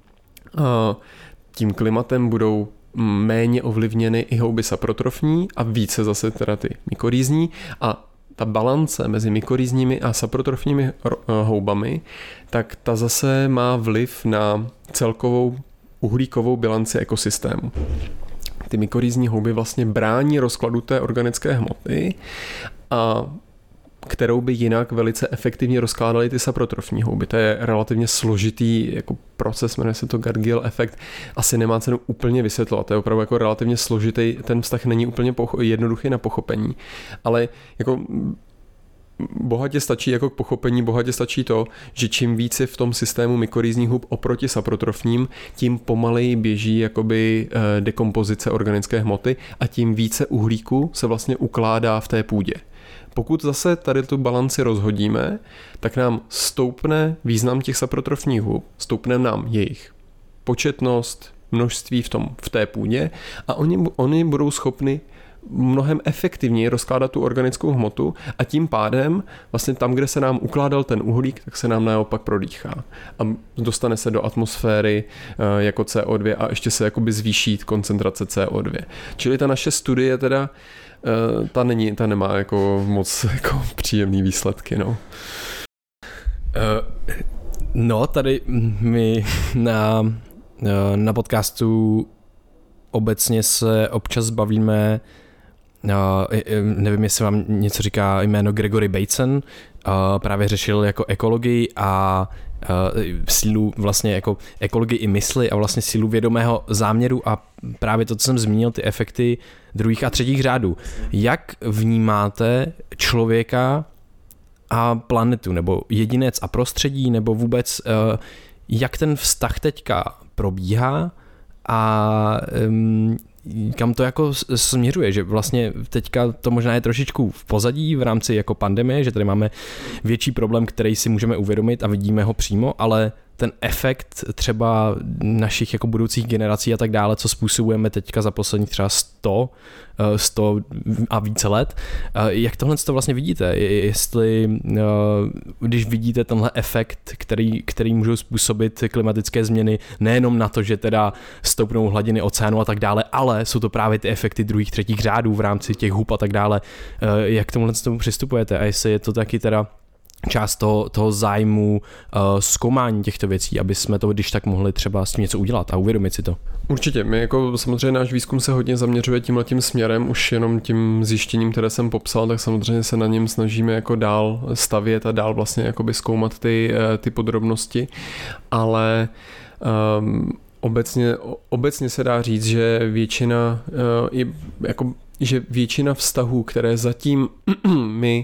tím klimatem budou méně ovlivněny i houby saprotrofní a více zase teda ty mykorýzní a ta balance mezi mykorýzními a saprotrofními houbami, tak ta zase má vliv na celkovou uhlíkovou bilanci ekosystému. Ty mykorýzní houby vlastně brání rozkladu té organické hmoty, a kterou by jinak velice efektivně rozkládaly ty saprotrofní houby. To je relativně složitý jako proces, jmenuje se to Gargill efekt. Asi nemá cenu úplně vysvětlovat. To je opravdu jako relativně složitý, ten vztah není úplně jednoduchý na pochopení, ale jako bohatě stačí jako k pochopení, bohatě stačí to, že čím víc je v tom systému mykorýzních hub oproti saprotrofním, tím pomaleji běží jakoby dekompozice organické hmoty a tím více uhlíku se vlastně ukládá v té půdě. Pokud zase tady tu balanci rozhodíme, tak nám stoupne význam těch saprotrofních hub, stoupne nám jejich početnost, množství v té půdě a oni budou schopni mnohem efektivněji rozkládat tu organickou hmotu a tím pádem vlastně tam, kde se nám ukládal ten uhlík, tak se nám naopak prodýchá a dostane se do atmosféry jako CO2 a ještě se jakoby zvýší koncentrace CO2. Čili ta naše studie teda ta nemá jako moc jako příjemný výsledky, no. No, tady my na podcastu obecně se občas bavíme, nevím, jestli vám něco říká jméno Gregory Bateson, právě řešil jako ekologii a sílu vlastně jako ekologii i mysli a vlastně sílu vědomého záměru a právě to, co jsem zmínil, ty efekty druhých a třetích řádů. Jak vnímáte člověka a planetu, nebo jedinec a prostředí, nebo vůbec jak ten vztah teďka probíhá a kam to jako směřuje, že vlastně teďka to možná je trošičku v pozadí v rámci jako pandemie, že tady máme větší problém, který si můžeme uvědomit a vidíme ho přímo, ale ten efekt třeba našich jako budoucích generací a tak dále, co způsobujeme teďka za poslední třeba 100 a více let. Jak tohle to vlastně vidíte? Jestli, když vidíte tenhle efekt, který můžou způsobit klimatické změny, nejenom na to, že teda stoupnou hladiny oceánu a tak dále, ale jsou to právě ty efekty druhých, třetích řádů v rámci těch hub a tak dále. Jak k tomuhle tomu přistupujete? A jestli je to taky teda část toho zájmu zkoumání těchto věcí, aby jsme to když tak mohli třeba s tím něco udělat a uvědomit si to. Určitě, my jako samozřejmě náš výzkum se hodně zaměřuje tímhletím směrem, už jenom tím zjištěním, které jsem popsal, tak samozřejmě se na něm snažíme jako dál stavět a dál vlastně jakoby zkoumat ty podrobnosti, ale obecně se dá říct, že většina vztahů, které zatím my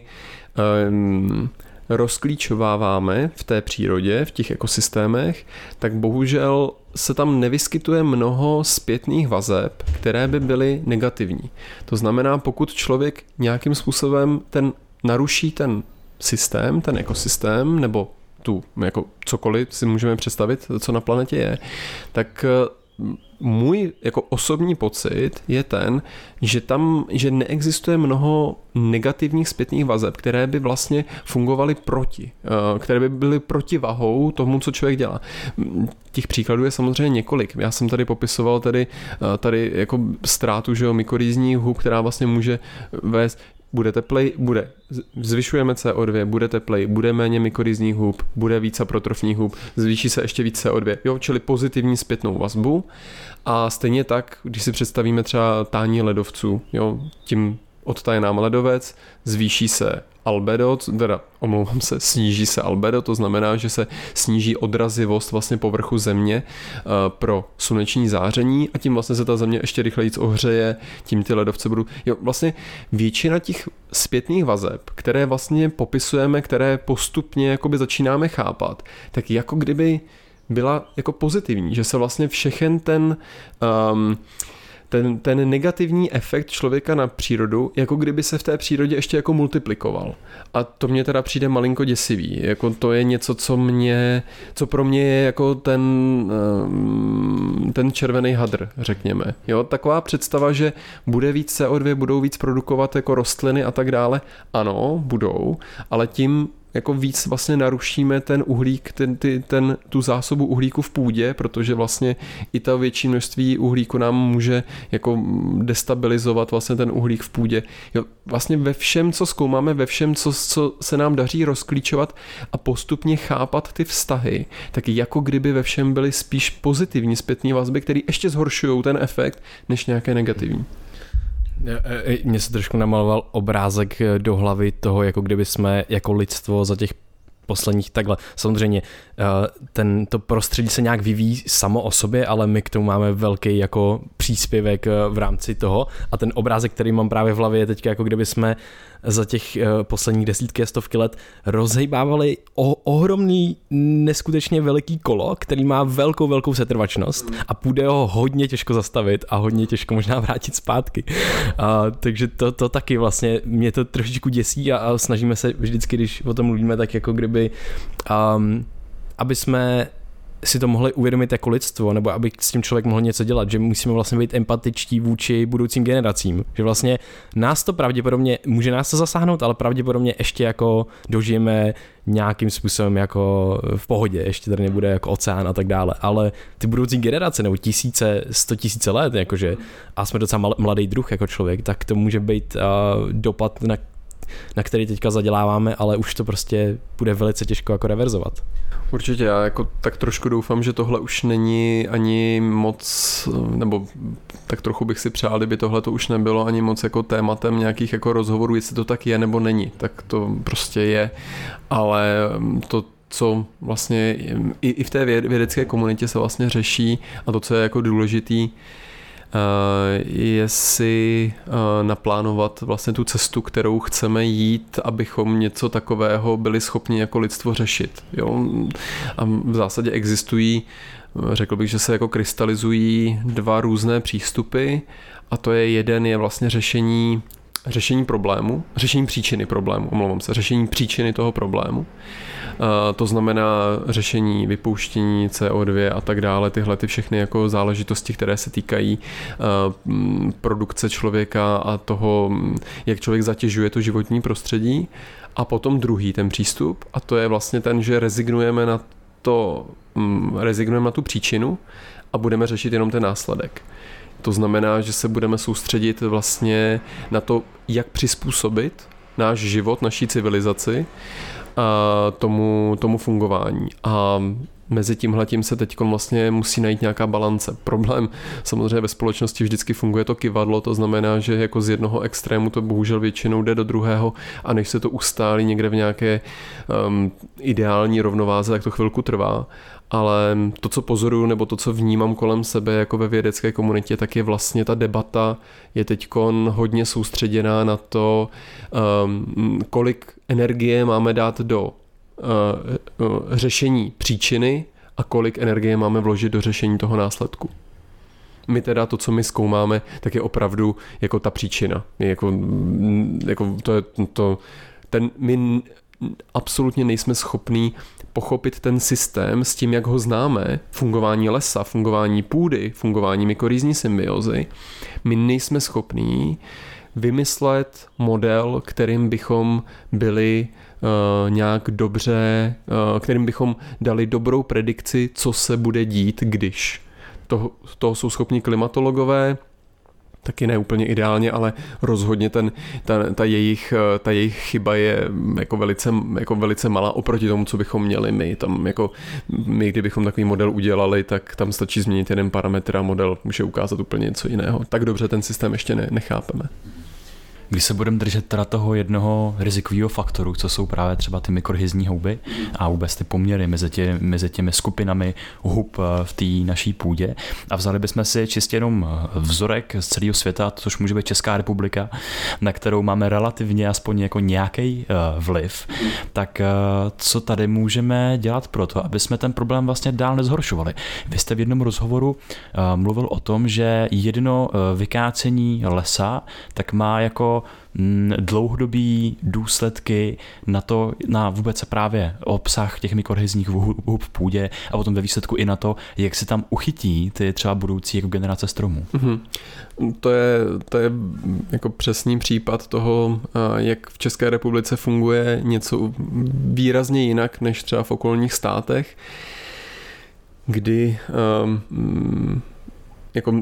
rozklíčováváme v té přírodě, v těch ekosystémech, tak bohužel se tam nevyskytuje mnoho zpětných vazeb, které by byly negativní. To znamená, pokud člověk nějakým způsobem naruší ten systém, ten ekosystém, nebo jako cokoliv si můžeme představit, co na planetě je, tak můj jako osobní pocit je ten, že neexistuje mnoho negativních zpětných vazeb, které by vlastně fungovaly které by byly protivahou tomu, co člověk dělá. Těch příkladů je samozřejmě několik. Já jsem tady popisoval tady jako ztrátu mykorýzních hub, která vlastně může vést bude teplej, zvyšujeme CO2, bude teplej, bude méně mykorýzních hub, bude víc saprotrofních hub, zvýší se ještě víc CO2, čili pozitivní zpětnou vazbu. A stejně tak, když si představíme třeba tání ledovců, tím odtaje nám ledovec, zvýší se albedo, sníží se albedo, to znamená, že se sníží odrazivost vlastně povrchu země pro sluneční záření a tím vlastně se ta země ještě rychleji ohřeje, tím ty ledovce budou. Vlastně většina těch zpětných vazeb, které vlastně popisujeme, které postupně jakoby začínáme chápat, tak jako kdyby byla jako pozitivní, že se vlastně všechen ten negativní efekt člověka na přírodu, jako kdyby se v té přírodě ještě jako multiplikoval. A to mně teda přijde malinko děsivý. Jako to je něco, co pro mě je jako ten červený hadr, řekněme. Taková představa, že bude víc CO2, budou víc produkovat jako rostliny a tak dále. Ano, budou, ale tím jako víc vlastně narušíme ten uhlík, tu zásobu uhlíku v půdě, protože vlastně i ta větší množství uhlíku nám může jako destabilizovat vlastně ten uhlík v půdě. Vlastně ve všem, co zkoumáme, ve všem, co se nám daří rozklíčovat a postupně chápat ty vztahy, tak jako kdyby ve všem byly spíš pozitivní zpětné vazby, které ještě zhoršují ten efekt, než nějaké negativní. Mně se trošku namaloval obrázek do hlavy toho, jako kdyby jsme jako lidstvo za těch posledních takhle. Samozřejmě to prostředí se nějak vyvíjí samo o sobě, ale my k tomu máme velký jako příspěvek v rámci toho a ten obrázek, který mám právě v hlavě, je teďka jako kdyby jsme za těch posledních desítky a stovky let rozhejbávali ohromný, neskutečně veliký kolo, který má velkou setrvačnost a půjde ho hodně těžko zastavit a hodně těžko možná vrátit zpátky. Takže to taky vlastně mě to trošičku děsí a snažíme se vždycky, když o tom mluvíme, tak jako kdyby aby jsme si to mohli uvědomit jako lidstvo, nebo aby s tím člověk mohl něco dělat, že musíme vlastně být empatičtí vůči budoucím generacím, že vlastně nás to pravděpodobně, může nás to zasáhnout, ale pravděpodobně ještě jako dožijeme nějakým způsobem jako v pohodě, ještě tady nebude jako oceán a tak dále, ale ty budoucí generace nebo 100 000 let, jakože, a jsme docela mladý druh jako člověk, tak to může být dopad, na který teďka zaděláváme, ale už to prostě bude velice těžko jako reverzovat. Určitě, já jako tak trošku doufám, že tohle už není ani moc, nebo tak trochu bych si přál, kdyby tohle to už nebylo ani moc jako tématem nějakých jako rozhovorů, jestli to tak je nebo není, tak to prostě je, ale to, co vlastně i v té vědecké komunitě se vlastně řeší a to, co je jako důležitý, je si naplánovat vlastně tu cestu, kterou chceme jít, abychom něco takového byli schopni jako lidstvo řešit. Jo? A v zásadě existují, řekl bych, že se jako krystalizují dva různé přístupy a to je jeden je vlastně řešení problému, řešení příčiny problému, řešení příčiny toho problému. To znamená řešení vypouštění CO2 a tak dále, tyhle ty všechny jako záležitosti, které se týkají produkce člověka a toho, jak člověk zatěžuje to životní prostředí. A potom druhý ten přístup, a to je vlastně ten, že rezignujeme na tu příčinu a budeme řešit jenom ten následek. To znamená, že se budeme soustředit vlastně na to, jak přizpůsobit náš život, naší civilizaci tomu fungování. A mezi tímhletím se teď vlastně musí najít nějaká balance. Problém samozřejmě ve společnosti vždycky funguje to kyvadlo, to znamená, že jako z jednoho extrému to bohužel většinou jde do druhého a než se to ustálí někde v nějaké ideální rovnováze, tak to chvilku trvá. Ale to, co pozoruju, nebo to, co vnímám kolem sebe jako ve vědecké komunitě, tak je vlastně ta debata je teďkon hodně soustředěná na to, kolik energie máme dát do řešení příčiny a kolik energie máme vložit do řešení toho následku. My teda to, co my zkoumáme, tak je opravdu jako ta příčina. My absolutně nejsme schopní pochopit ten systém s tím, jak ho známe, fungování lesa, fungování půdy, fungování mykorýzní symbiozy. My nejsme schopní vymyslet model, kterým bychom byli nějak dobře, kterým bychom dali dobrou predikci, co se bude dít, když. Toho jsou schopni klimatologové, taky ne úplně ideálně, ale rozhodně ta jejich chyba je jako velice malá oproti tomu, co bychom měli my. My, kdybychom takový model udělali, tak tam stačí změnit jeden parametr a model může ukázat úplně něco jiného. Tak dobře ten systém ještě nechápeme. Když se budeme držet teda toho jednoho rizikového faktoru, co jsou právě třeba ty mikrohizní houby a vůbec ty poměry mezi těmi skupinami hub v té naší půdě a vzali bychom si čistě jenom vzorek z celého světa, což může být Česká republika, na kterou máme relativně aspoň jako nějaký vliv, tak co tady můžeme dělat pro to, aby jsme ten problém vlastně dál nezhoršovali? Vy jste v jednom rozhovoru mluvil o tom, že jedno vykácení lesa tak má jako dlouhodobý důsledky na vůbec právě obsah těch mikrohizních hub v půdě a potom ve výsledku i na to, jak se tam uchytí ty třeba budoucí jako generace stromů. Mm-hmm. To je jako přesný případ toho, jak v České republice funguje něco výrazně jinak než třeba v okolních státech, kdy jako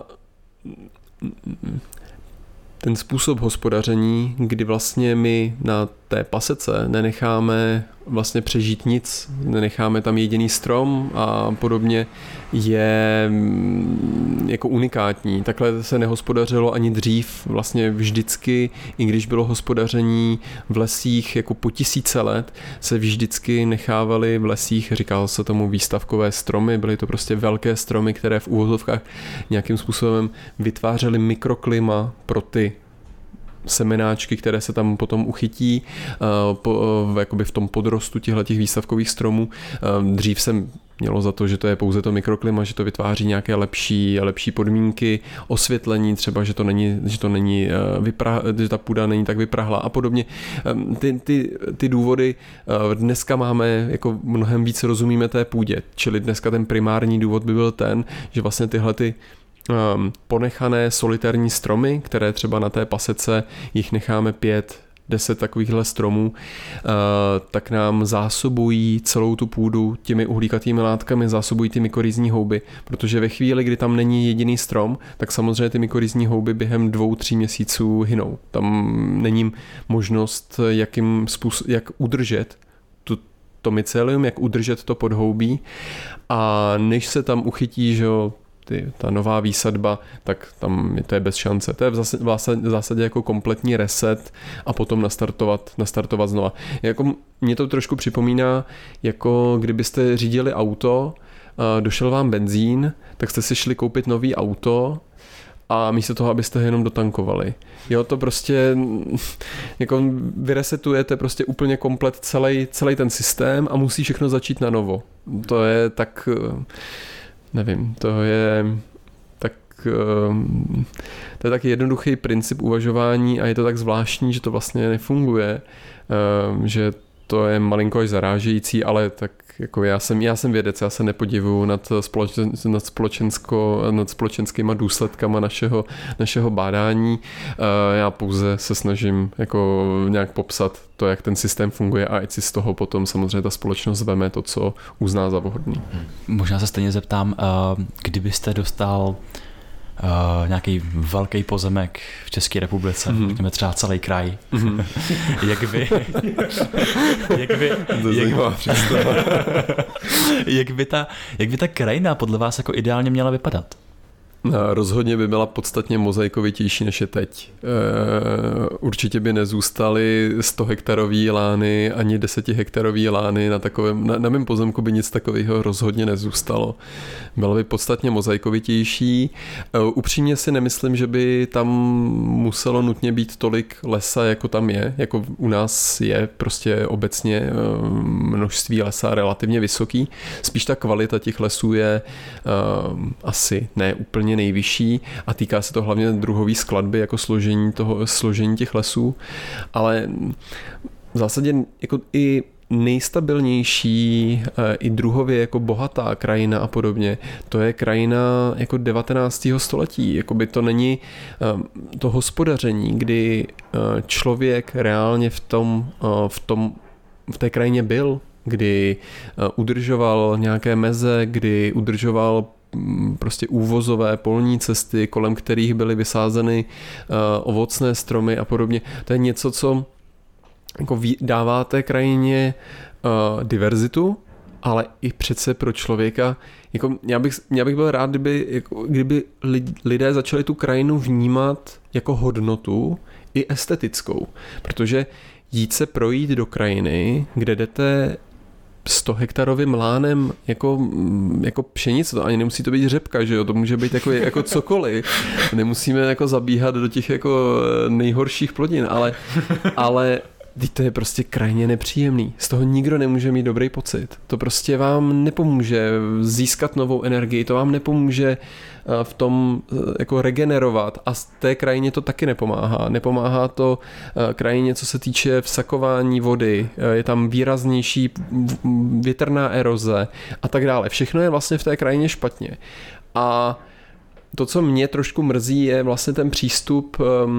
ten způsob hospodaření, kdy vlastně my na té pasece nenecháme vlastně přežít nic, nenecháme tam jediný strom a podobně, je jako unikátní. Takhle se nehospodařilo ani dřív, vlastně vždycky, i když bylo hospodaření v lesích jako po 1000 let, se vždycky nechávaly v lesích, říkalo se tomu výstavkové stromy, byly to prostě velké stromy, které v úvozovkách nějakým způsobem vytvářely mikroklima pro ty semenáčky, které se tam potom uchytí jakoby v tom podrostu těchto výstavkových stromů. Dřív se mělo za to, že to je pouze to mikroklima, že to vytváří nějaké lepší podmínky, osvětlení třeba, že ta půda není tak vyprahlá a podobně. Ty důvody dneska máme, jako mnohem víc rozumíme té půdě, čili dneska ten primární důvod by byl ten, že vlastně tyhle ponechané solitární stromy, které třeba na té pasece jich necháme 5-10 takovýchhle stromů, tak nám zásobují celou tu půdu těmi uhlíkatými látkami, zásobují ty mykorýzní houby, protože ve chvíli, kdy tam není jediný strom, tak samozřejmě ty mykorýzní houby během 2-3 měsíců hynou. Tam není možnost, jak udržet to mycelium, jak udržet to podhoubí, a než se tam uchytí, že ta nová výsadba, tak tam to je bez šance. To je v zásadě jako kompletní reset a potom nastartovat znova. Jako mě to trošku připomíná, jako kdybyste řídili auto, došel vám benzín, tak jste si šli koupit nový auto a místo toho, abyste ho jenom dotankovali. Jo, to prostě jako vyresetujete prostě úplně komplet celý ten systém a musí všechno začít na novo. To je tak... Nevím, to je tak jednoduchý princip uvažování a je to tak zvláštní, že to vlastně nefunguje, že to je malinko až zarážející, ale tak jako já jsem vědec, já se nepodivuju nad společenskýma důsledkama našeho bádání. Já pouze se snažím jako nějak popsat to, jak ten systém funguje, a ať si z toho potom samozřejmě ta společnost veme to, co uzná za vhodný. Možná se stejně zeptám, kdybyste dostal nějaký velký pozemek v České republice, řekněme třeba celý kraj. Jak by ta krajina podle vás jako ideálně měla vypadat? Rozhodně by byla podstatně mozaikovitější, než je teď. Určitě by nezůstaly 100 hektarový lány ani 10 hektarový lány na mém pozemku by nic takového rozhodně nezůstalo. Byla by podstatně mozaikovitější. Upřímně si nemyslím, že by tam muselo nutně být tolik lesa, jako tam je. Jako u nás je prostě obecně množství lesa relativně vysoký. Spíš ta kvalita těch lesů je asi ne úplně nejvyšší a týká se to hlavně druhové skladby, jako složení těch lesů, ale v zásadě jako i nejstabilnější, i druhově jako bohatá krajina a podobně, to je krajina jako 19. století. Jakoby to není to hospodaření, kdy člověk reálně v té krajině byl, kdy udržoval nějaké meze, kdy udržoval prostě úvozové polní cesty, kolem kterých byly vysázeny ovocné stromy a podobně. To je něco, co jako dává té krajině diverzitu, ale i přece pro člověka. Jako já bych byl rád, kdyby lidé začali tu krajinu vnímat jako hodnotu i estetickou, protože jít se projít do krajiny, kde jdete 100 hektarovým lánem jako pšenice, to ani nemusí to být řepka, že jo, to může být jako cokoliv. Nemusíme jako zabíhat do těch jako nejhorších plodin, ale to je prostě krajně nepříjemný. Z toho nikdo nemůže mít dobrý pocit. To prostě vám nepomůže získat novou energii, to vám nepomůže v tom jako regenerovat a z té krajině to taky nepomáhá. Nepomáhá to krajině, co se týče vsakování vody, je tam výraznější větrná eroze a tak dále. Všechno je vlastně v té krajině špatně. A to, co mě trošku mrzí, je vlastně ten přístup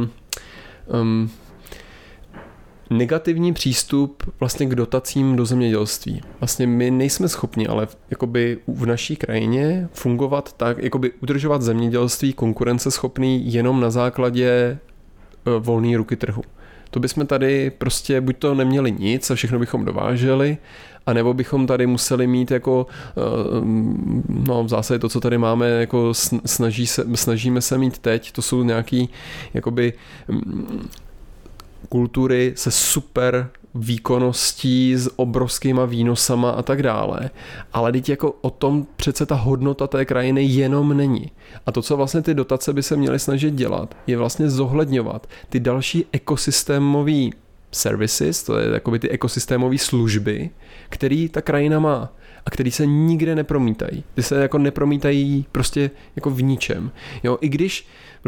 negativní přístup vlastně k dotacím do zemědělství. Vlastně my nejsme schopni, ale jakoby v naší krajině fungovat tak, jakoby udržovat zemědělství konkurenceschopný jenom na základě volné ruky trhu. To bychom tady prostě buď to neměli nic a všechno bychom dováželi, anebo bychom tady museli mít jako, no v zásadě to, co tady máme, jako snažíme se mít teď, to jsou nějaký jakoby kultury se super výkonností, s obrovskýma výnosama a tak dále. Ale teď jako o tom přece ta hodnota té krajiny jenom není. A to, co vlastně ty dotace by se měly snažit dělat, je vlastně zohledňovat ty další ekosystémové services, to je jakoby ty ekosystémové služby, který ta krajina má. a který se nikde nepromítají. Ty se jako nepromítají prostě jako v ničem. Jo, i když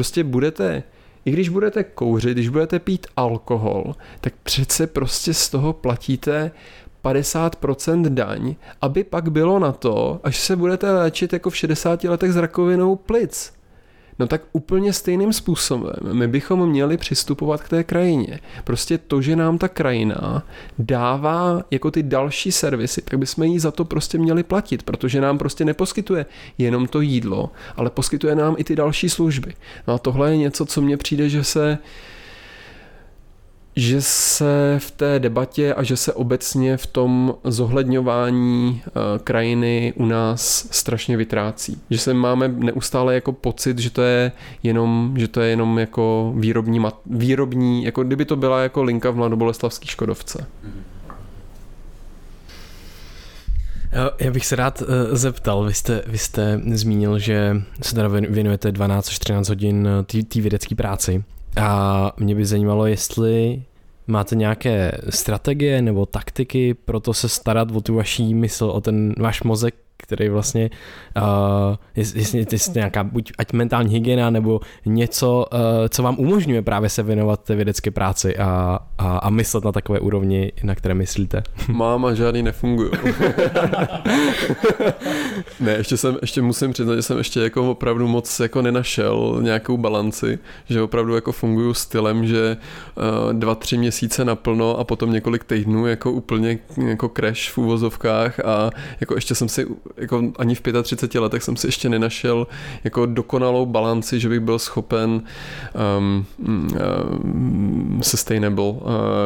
budete kouřit, když budete pít alkohol, tak přece prostě z toho platíte 50% daň, aby pak bylo na to, až se budete léčit jako v 60 letech s rakovinou plic. No tak úplně stejným způsobem my bychom měli přistupovat k té krajině. Prostě to, že nám ta krajina dává jako ty další servisy, tak bychom jí za to prostě měli platit, protože nám prostě neposkytuje jenom to jídlo, ale poskytuje nám i ty další služby. No a tohle je něco, co mně přijde, že se v té debatě a že se obecně v tom zohledňování krajiny u nás strašně vytrácí. Že se máme neustále jako pocit, že to je jenom jako výrobní, jako kdyby to byla jako linka v mladoboleslavský Škodovce. Já bych se rád zeptal, vy jste zmínil, že se teda věnujete 12 až 13 hodin té vědecké práci. A mě by zajímalo, jestli máte nějaké strategie nebo taktiky pro to se starat o tu vaší mysl, o ten váš mozek, který vlastně, jestli nějaká buď ať mentální hygiena nebo něco, co vám umožňuje právě se věnovat té vědecké práci a myslet na takové úrovni, na které myslíte. Mám a žádný nefungují. Ne, ještě musím přiznat, že jsem ještě jako opravdu moc jako nenašel nějakou balanci, že opravdu jako funguju stylem, že 2-3 měsíce naplno a potom několik týdnů jako úplně jako crash v úvozovkách a jako ještě jsem si jako ani v 35 letech jsem si ještě nenašel jako dokonalou balanci, že bych byl schopen sustainable,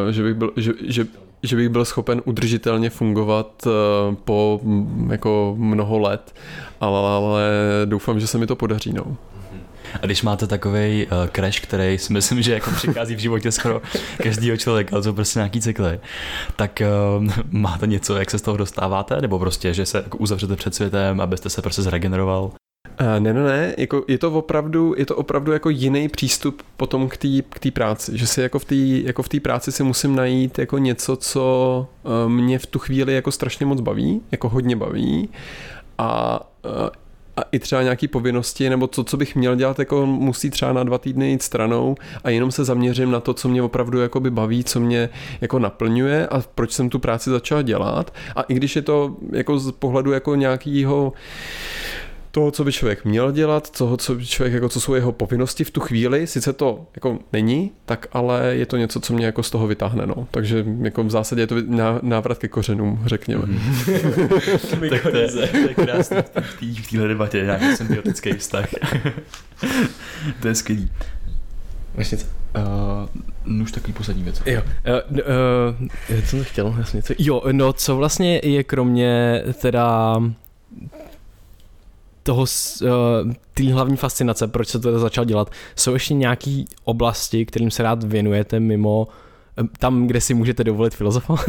že bych byl schopen udržitelně fungovat po jako mnoho let, ale doufám, že se mi to podaří. No. A když máte takovej crash, který si myslím, že jako přichází v životě skoro každýho člověka, ale to prostě nějaký cykly, tak máte něco, jak se z toho dostáváte? Nebo prostě, že se jako uzavřete před světem, abyste se prostě zregeneroval? Ne, jako je to opravdu jako jiný přístup potom k té práci, že si jako v té práci si musím najít jako něco, co mě v tu chvíli jako strašně moc baví, jako hodně baví a i třeba nějaký povinnosti, nebo to, co bych měl dělat, jako musí třeba na 2 týdny jít stranou a jenom se zaměřím na to, co mě opravdu jakoby baví, co mě jako naplňuje a proč jsem tu práci začal dělat. A i když je to jako z pohledu jako nějakého toho, co by člověk měl dělat, toho, co by člověk, jako co jsou jeho povinnosti v tu chvíli, sice to jako není, tak ale je to něco, co mě jako z toho vytáhne, no. Takže jako v zásadě je to návrat ke kořenům, řekněme. Tak to je krásné v téhle debatě, nějaký symbiotický vztah. To je skvělý. Vlastně už takový poslední věc. Jo, co jsem chtěl vlastně? No, co vlastně je kromě teda toho té hlavní fascinace, proč se to začal dělat, jsou ještě nějaké oblasti, kterým se rád věnujete mimo tam, kde si můžete dovolit filozofovat?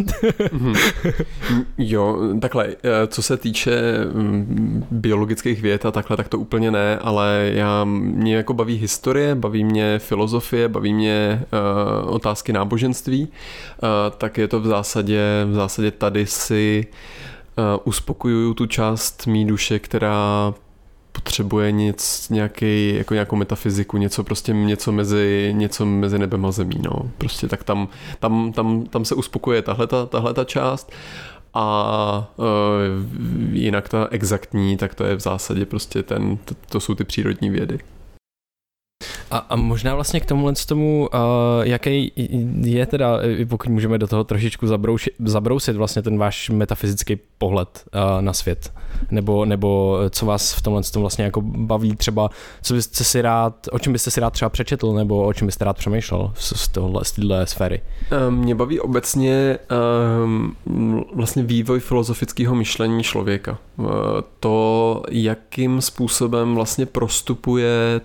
Jo, takhle, co se týče biologických věd a takhle, tak to úplně ne, ale mě jako baví historie, baví mě filozofie, baví mě otázky náboženství, tak je to v zásadě tady si uspokojuju tu část mý duše, která potřebuje nějakou metafyziku, něco mezi nebem a zemí, no. Prostě tak tam se uspokuje tahleta část a jinak ta exaktní, tak to je v zásadě prostě to jsou ty přírodní vědy. A možná vlastně k tomu, jaký je teda, pokud můžeme do toho trošičku zabrousit vlastně ten váš metafyzický pohled na svět, nebo co vás v tomhle vlastně jako baví třeba, o čem byste si rád třeba přečetl, nebo o čem byste rád přemýšlel z téhle sféry? Mě baví obecně vlastně vývoj filozofického myšlení člověka. To, jakým způsobem vlastně prostupuje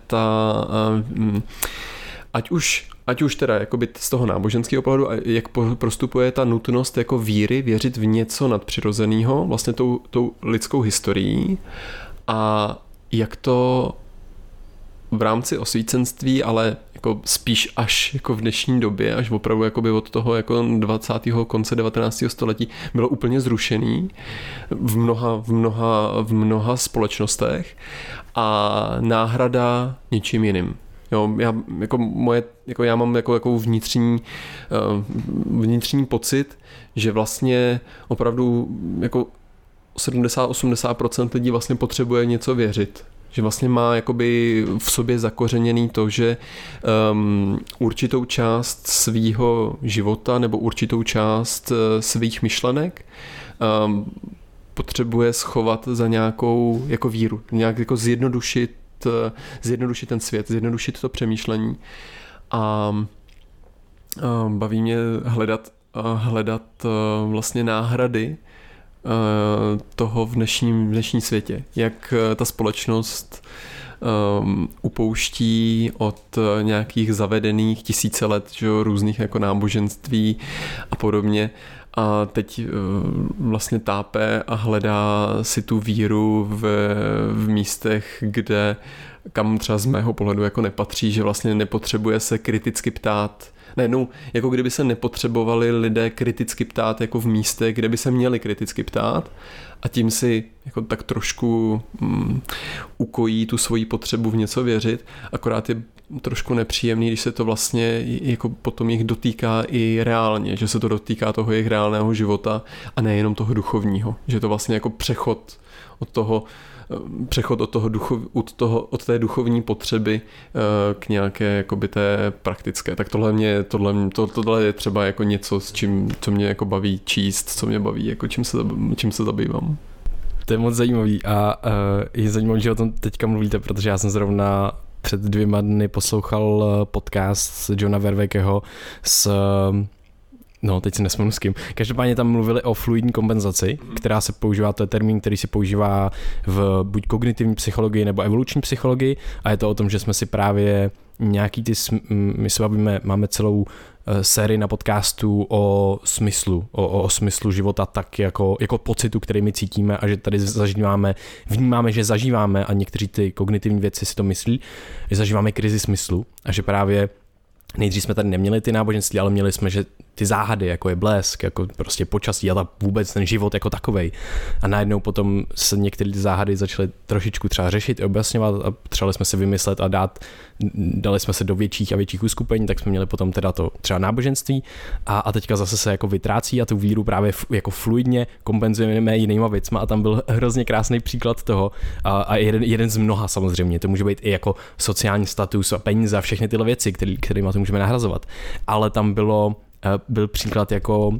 ať už teda jakoby z toho náboženského pohledu, jak prostupuje ta nutnost jako víry věřit v něco nadpřirozeného, vlastně tou lidskou historií a jak to v rámci osvícenství, ale jako spíš až jako v dnešní době, až opravdu jakoby od toho jako 20. konce 19. století bylo úplně zrušený v mnoha společnostech a náhrada něčím jiným. Jo, já mám jako vnitřní pocit, že vlastně opravdu jako 70-80% lidí vlastně potřebuje něco věřit. Že vlastně má jakoby v sobě zakořeněný to, že určitou část svýho života nebo určitou část svých myšlenek potřebuje schovat za nějakou jako víru. Nějak jako zjednodušit ten svět, zjednodušit to přemýšlení. A baví mě hledat vlastně náhrady toho v dnešním světě. Jak ta společnost upouští od nějakých zavedených tisíce let, že, různých jako náboženství a podobně. A teď vlastně tápe a hledá si tu víru v místech, kam třeba z mého pohledu jako nepatří, že vlastně nepotřebuje se kriticky ptát. Najednou, jako kdyby se nepotřebovali lidé kriticky ptát jako v místech, kde by se měli kriticky ptát a tím si jako tak trošku ukojí tu svoji potřebu v něco věřit, akorát je trošku nepříjemný, když se to vlastně jako potom jich dotýká i reálně, že se to dotýká toho jejich reálného života a nejenom toho duchovního, že to vlastně jako přechod od té duchovní potřeby k nějaké jakoby té praktické. Tak tohle je třeba jako něco, co mě jako baví číst, co mě baví, jako čím se zabývám. To je moc zajímavý a je zajímavé, že o tom teďka mluvíte, protože já jsem zrovna před 2 dny poslouchal podcast Johna Verweekeho teď si nespomenu s kým. Každopádně tam mluvili o fluidní kompenzaci, která se používá, to je termín, který se používá v buď kognitivní psychologii nebo evoluční psychologii a je to o tom, že jsme si právě my se bavíme, máme celou sérii na podcastu o smyslu, o smyslu života tak jako pocitu, který my cítíme a že tady vnímáme, že zažíváme a někteří ty kognitivní věci si to myslí, že zažíváme krizi smyslu a že právě nejdřív jsme tady neměli ty náboženství, ale měli jsme, že ty záhady, jako je blesk, jako prostě počasí a vůbec ten život jako takovej. A najednou potom se některé ty záhady začaly trošičku třeba řešit, objasňovat a třeba jsme si vymyslet a dali jsme se do větších a větších uskupení, tak jsme měli potom teda to třeba náboženství a teďka zase se jako vytrácí a tu víru právě jako fluidně kompenzujeme jinýma věcma a tam byl hrozně krásný příklad toho a jeden z mnoha samozřejmě. To může být i jako sociální status a peníze a všechny tyhle věci, kterými to můžeme nahrazovat. Ale tam byl příklad jako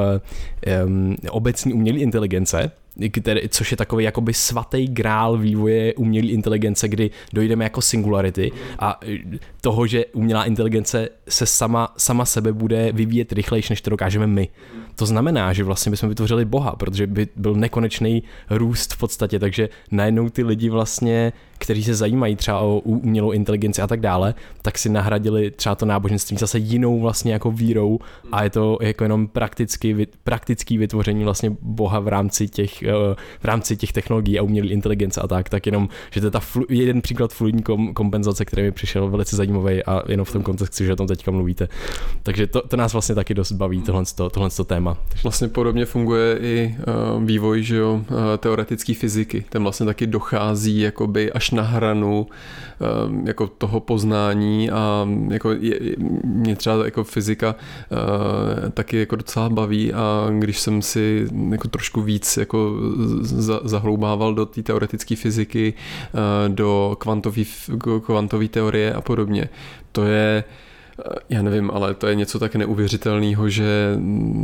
obecní umělé inteligence, což je takový jakoby svatý grál vývoje umělé inteligence, kdy dojdeme jako singularity a toho, že umělá inteligence se sama sebe bude vyvíjet rychlejší, než to dokážeme my. To znamená, že vlastně bychom vytvořili Boha, protože by byl nekonečný růst v podstatě, takže najednou ty lidi vlastně, kteří se zajímají třeba o umělou inteligenci a tak dále, tak si nahradili třeba to náboženství zase jinou vlastně jako vírou a je to jako jenom praktický vytvoření vlastně Boha v rámci těch technologií a umělé inteligence a tak jenom, že to je jeden příklad fluidní kompenzace, který mi přišel velice zajímavý a jenom v tom kontextu, že o tom teďka mluvíte. Takže to nás vlastně taky dost baví, tohle téma. Vlastně podobně funguje i vývoj, že jo, teoretické fyziky. Ten vlastně taky dochází jakoby až na hranu jako toho poznání a jako mě třeba jako fyzika taky jako docela baví a když jsem si jako trošku víc jako zahloubával do té teoretické fyziky, do kvantové teorie a podobně, to je já nevím, ale to je něco tak neuvěřitelného, že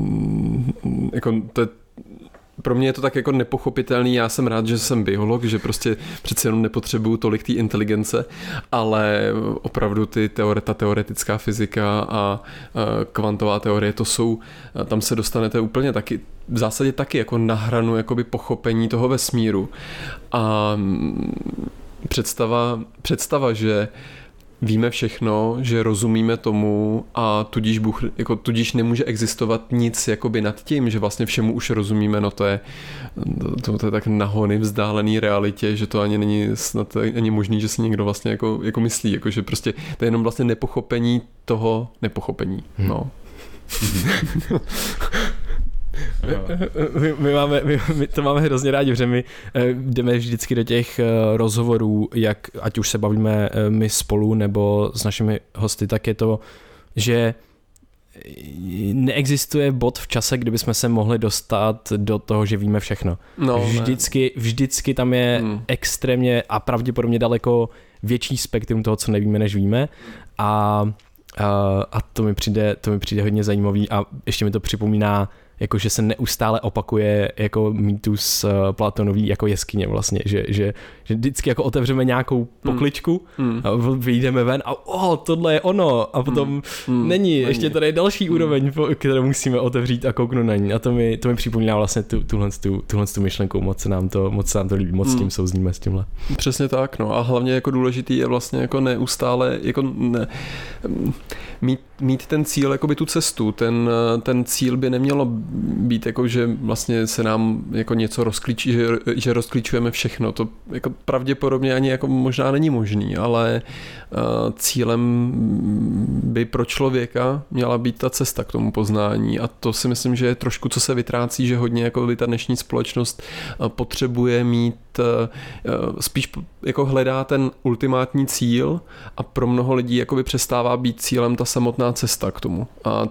jako pro mě je to tak jako nepochopitelný, já jsem rád, že jsem biolog, že prostě přece jenom nepotřebuju tolik té inteligence, ale opravdu ta teoretická fyzika a kvantová teorie, tam se dostanete úplně taky, v zásadě taky jako na hranu jakoby pochopení toho vesmíru a představa, že víme všechno, že rozumíme tomu a tudíž Bůh, jako tudíž nemůže existovat nic jakoby nad tím, že vlastně všemu už rozumíme, no to je tak nahony vzdálený realitě, že to ani není snad ani možný, že si někdo vlastně jako myslí, jako že prostě to je jenom vlastně nepochopení toho nepochopení, no. My to máme hrozně rádi, protože my jdeme vždycky do těch rozhovorů, jak ať už se bavíme my spolu nebo s našimi hosty, tak je to, že neexistuje bod v čase, kdyby jsme se mohli dostat do toho, že víme všechno. No, vždycky tam je extrémně a pravděpodobně daleko větší spektrum toho, co nevíme, než víme a to mi přijde hodně zajímavý a ještě mi to připomíná, jako že se neustále opakuje jako mýtus Platonový jako jeskyně vlastně, že vždycky jako otevřeme nějakou pokličku a vyjdeme ven a tohle je ono a potom není, ještě tady je další úroveň, kterou musíme otevřít a kouknout na ní a to mi připomíná vlastně tuhle myšlenku, moc se nám to líbí, moc s tím souzníme s tímhle. Přesně tak, no a hlavně jako důležitý je vlastně jako neustále jako mít ten cíl, jakoby tu cestu, ten cíl by nemělo být jako, že vlastně se nám jako něco rozklíčí, že rozklíčujeme všechno, to jako pravděpodobně ani jako možná není možný, ale cílem by pro člověka měla být ta cesta k tomu poznání a to si myslím, že je trošku, co se vytrácí, že hodně jako by ta dnešní společnost potřebuje mít, spíš jako hledá ten ultimátní cíl a pro mnoho lidí jako by přestává být cílem ta samotná cesta k tomu a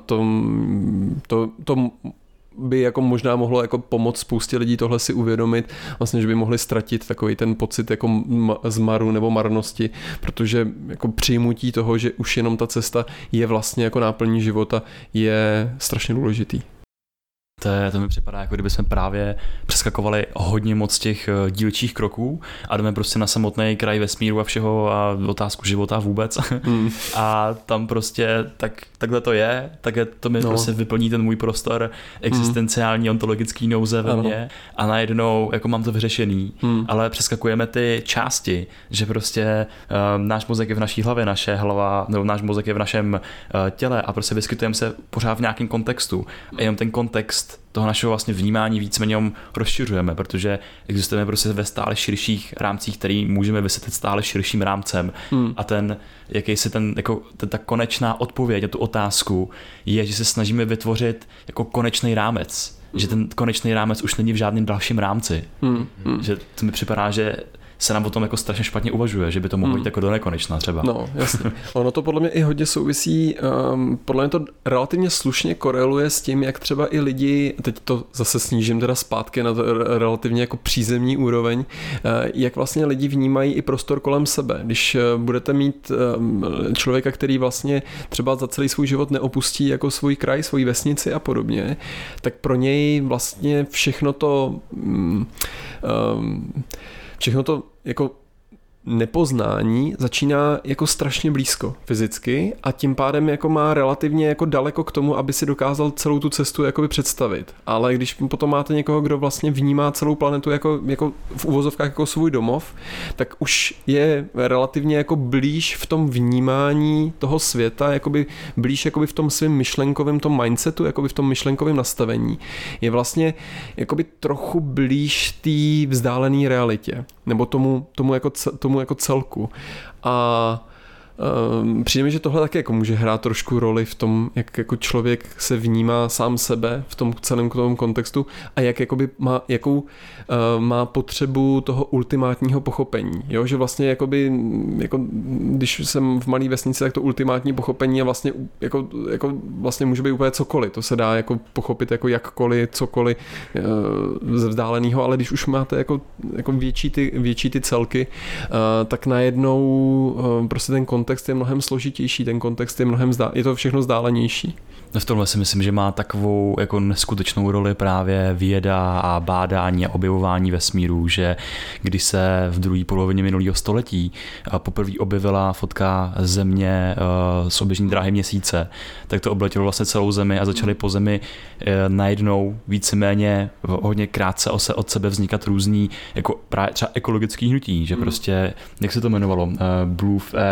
to by jako možná mohlo jako pomoct spoustě lidí tohle si uvědomit, vlastně, že by mohli ztratit takový ten pocit jako zmaru nebo marnosti, protože jako přijmutí toho, že už jenom ta cesta je vlastně jako náplní života, je strašně důležitý. To mi připadá, jako kdyby jsme právě přeskakovali hodně moc těch dílčích kroků a jdeme prostě na samotný kraj vesmíru a všeho a otázku života vůbec. A tam prostě takhle to je, takhle to mi prostě vyplní ten můj prostor existenciální, ontologický nouze ve mně a najednou jako mám to vyřešený, ale přeskakujeme ty části, že prostě náš mozek je v naší hlavě, naše hlava, nebo náš mozek je v našem těle a prostě vyskytujeme se pořád v nějakém kontextu a jenom ten kontext toho našeho vlastně vnímání víceméně rozšiřujeme, protože existujeme prostě ve stále širších rámcích, který můžeme vysvětlit stále širším rámcem a ta konečná odpověď na tu otázku je, že se snažíme vytvořit jako konečný rámec, že ten konečný rámec už není v žádném dalším rámci. Že to mi připadá, že se nám o tom jako strašně špatně uvažuje, že by to mohlo jít jako do nekonečna třeba. No, jasně. Ono to podle mě i hodně souvisí, podle mě to relativně slušně koreluje s tím, jak třeba i lidi, teď to zase snížím teda zpátky na to relativně jako přízemní úroveň, jak vlastně lidi vnímají i prostor kolem sebe. Když budete mít člověka, který vlastně třeba za celý svůj život neopustí jako svůj kraj, svoji vesnici a podobně, tak pro něj vlastně všechno to jako nepoznání začíná jako strašně blízko fyzicky a tím pádem jako má relativně jako daleko k tomu, aby si dokázal celou tu cestu jakoby představit. Ale když potom máte někoho, kdo vlastně vnímá celou planetu jako v uvozovkách jako svůj domov, tak už je relativně jako blíž v tom vnímání toho světa, jakoby blíž jakoby v tom svým myšlenkovém tom mindsetu, jakoby v tom myšlenkovém nastavení. Je vlastně jakoby trochu blíž té vzdálené realitě, nebo tomu jako celku. A přijde mi, že tohle taky jako může hrát trošku roli v tom, jak jako člověk se vnímá sám sebe v tom celém tom kontextu a jak jakoby má potřebu toho ultimátního pochopení. Jo? Že vlastně jakoby, jako, když jsem v malé vesnici, tak to ultimátní pochopení je vlastně, jako vlastně může být úplně cokoliv. To se dá jako pochopit jako jakkoliv, cokoliv ze vzdáleného, ale když už máte jako větší ty celky, tak najednou prostě ten kontext je mnohem složitější, ten kontext je je to všechno vzdálenější. V tomhle si myslím, že má takovou jako neskutečnou roli právě věda a bádání a objevování vesmíru, že když se v druhé polovině minulého století poprvé objevila fotka Země z oběžné dráhy Měsíce, tak to obletělo vlastně celou Zemi a začaly po Zemi najednou víceméně hodně krátce od sebe vznikat různý jako právě třeba ekologický hnutí, že prostě, jak se to jmenovalo, Blue Earth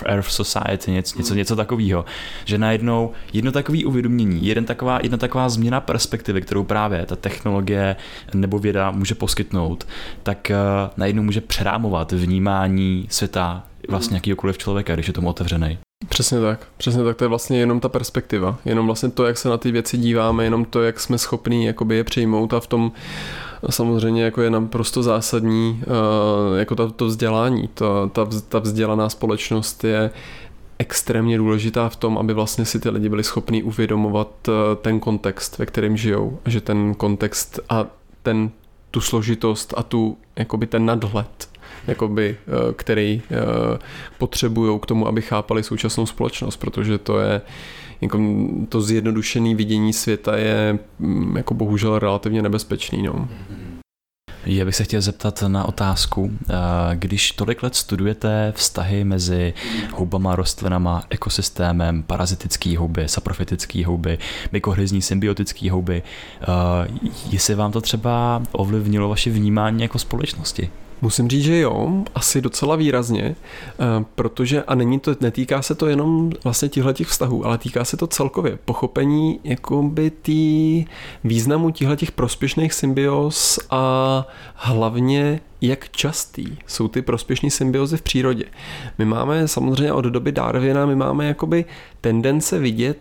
Earth Society, něco takového, že najednou jedno takové uvědomění, jedna taková změna perspektivy, kterou právě ta technologie nebo věda může poskytnout, tak najednou může přerámovat vnímání světa vlastně jakýkoliv člověka, když je tomu otevřený. Přesně tak, to je vlastně jenom ta perspektiva, jenom vlastně to, jak se na ty věci díváme, jenom to, jak jsme schopní jakoby je přijmout a v tom samozřejmě jako je naprosto zásadní jako to vzdělání, ta vzdělaná společnost je extrémně důležitá v tom, aby vlastně si ty lidi byli schopní uvědomovat ten kontext, ve kterém žijou, a že ten kontext a tu složitost a jakoby ten nadhled, jakoby, který potřebujou k tomu, aby chápali současnou společnost, protože to je jako to zjednodušené vidění světa je jako bohužel relativně nebezpečný. No. Já bych se chtěl zeptat na otázku, když tolik let studujete vztahy mezi houbama, rostlinama, ekosystémem, parazitický houby, saprofitický houby, mykohryzní, symbiotický houby, jestli vám to třeba ovlivnilo vaše vnímání jako společnosti? Musím říct, že jo, asi docela výrazně, protože, a netýká se to jenom vlastně těchto vztahů, ale týká se to celkově pochopení jakoby významu těchto prospěšných symbióz a hlavně jak častý jsou ty prospěšné symbiozy v přírodě. My máme samozřejmě od doby Darwina, my máme jakoby tendence vidět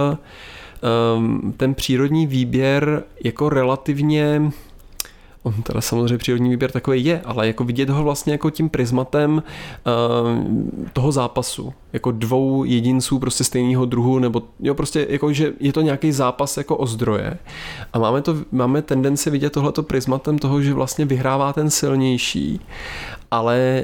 ten přírodní výběr jako relativně, on teda samozřejmě přírodní výběr takový je, ale jako vidět ho vlastně jako tím prismatem toho zápasu, jako dvou jedinců prostě stejného druhu, nebo jo, prostě jako, že je to nějaký zápas jako o zdroje. A máme tendenci vidět tohleto prismatem toho, že vlastně vyhrává ten silnější, ale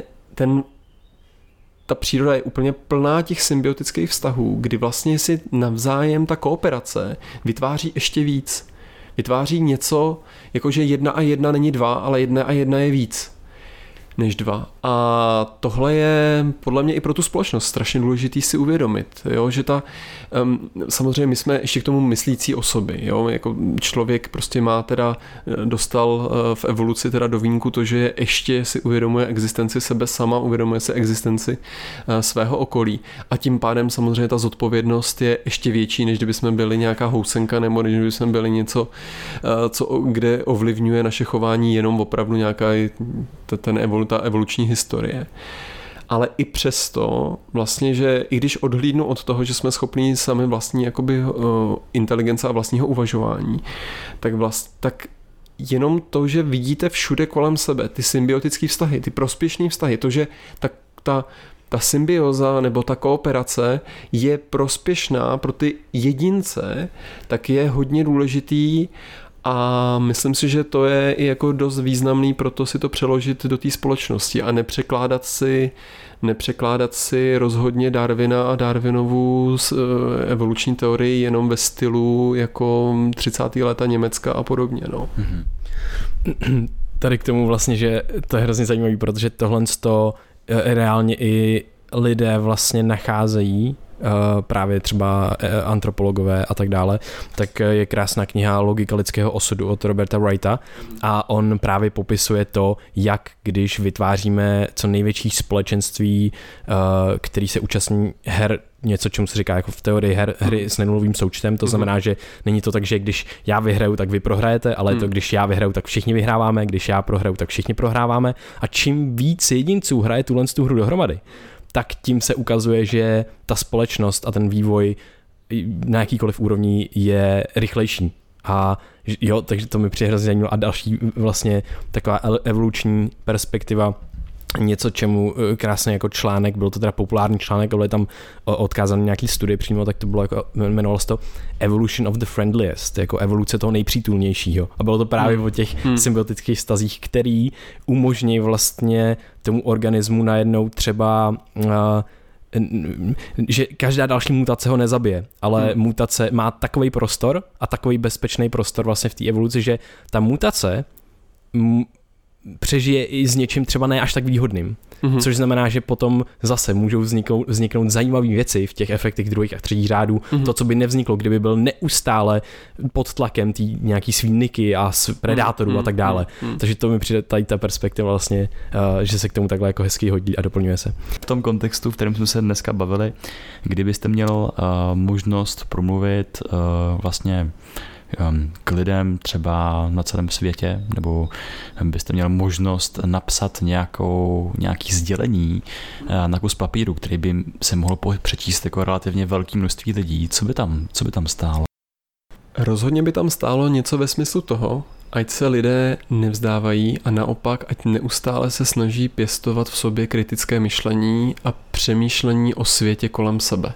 ta příroda je úplně plná těch symbiotických vztahů, kdy vlastně si navzájem ta kooperace vytváří ještě víc. Vytváří něco, jakože 1 a 1 není 2, ale 1 a 1 je víc než 2. A tohle je podle mě i pro tu společnost strašně důležitý si uvědomit, jo? Že samozřejmě my jsme ještě k tomu myslící osoby, jo? Jako člověk prostě dostal v evoluci teda do vínku to, že ještě si uvědomuje existenci sebe sama, uvědomuje si existenci svého okolí a tím pádem samozřejmě ta zodpovědnost je ještě větší, než kdyby jsme byli nějaká housenka nebo než kdyby jsme byli něco, kde ovlivňuje naše chování jenom opravdu nějaká ta evoluční historie. Ale i přesto vlastně, že i když odhlídnu od toho, že jsme schopni sami vlastní jakoby inteligence a vlastního uvažování, tak jenom to, že vidíte všude kolem sebe ty symbiotické vztahy, ty prospěšné vztahy, to, že ta symbioza nebo ta kooperace je prospěšná pro ty jedince, tak je hodně důležitý. A myslím si, že to je i jako dost významný proto si to přeložit do té společnosti a nepřekládat si rozhodně Darwina a Darwinovu evoluční teorii jenom ve stylu jako 30. léta Německa a podobně. No. Tady k tomu vlastně, že to je hrozně zajímavý, protože tohle reálně i lidé vlastně nacházejí, právě třeba antropologové a tak dále, tak je krásná kniha Logika lidského osudu od Roberta Wrighta a on právě popisuje to, jak když vytváříme co největší společenství, který se účastní her, něco, čemu se říká jako v teorii hry s nenulovým součtem, to znamená, že není to tak, že když já vyhraju, tak vy prohrajete, ale je to, když já vyhraju, tak všichni vyhráváme, když já prohraju, tak všichni prohráváme a čím víc jedinců hraje tu hru dohromady, tak tím se ukazuje, že ta společnost a ten vývoj na jakýkoliv úrovni je rychlejší. A jo, takže to mi přijde hrozně zajímavé. A další vlastně taková evoluční perspektiva, něco, čemu krásně jako článek, byl to teda populární článek, ale je tam odkázaný nějaký studie přímo, tak to bylo jako, jmenovalo se to Evolution of the Friendliest, jako evoluce toho nejpřítulnějšího. A bylo to právě o těch symbiotických vztazích, který umožní vlastně tomu organismu najednou třeba že každá další mutace ho nezabije, ale mutace má takový prostor a takový bezpečný prostor vlastně v té evoluci, že ta mutace přežije i s něčím třeba ne až tak výhodným. což znamená, že potom zase můžou vzniknout zajímavé věci v těch efektech druhých a třetích řádů, to, co by nevzniklo, kdyby byl neustále pod tlakem tý nějaký svý niky a predátorů a tak dále. Takže to mi přijde tady ta perspektiva vlastně, že se k tomu takhle jako hezky hodí a doplňuje se. V tom kontextu, v kterém jsme se dneska bavili, kdybyste měl možnost promluvit vlastně k lidem třeba na celém světě, nebo byste měl možnost napsat nějaký sdělení na kus papíru, který by se mohl přečíst jako relativně velké množství lidí, co by tam stálo? Rozhodně by tam stálo něco ve smyslu toho, ať se lidé nevzdávají a naopak, ať neustále se snaží pěstovat v sobě kritické myšlení a přemýšlení o světě kolem sebe.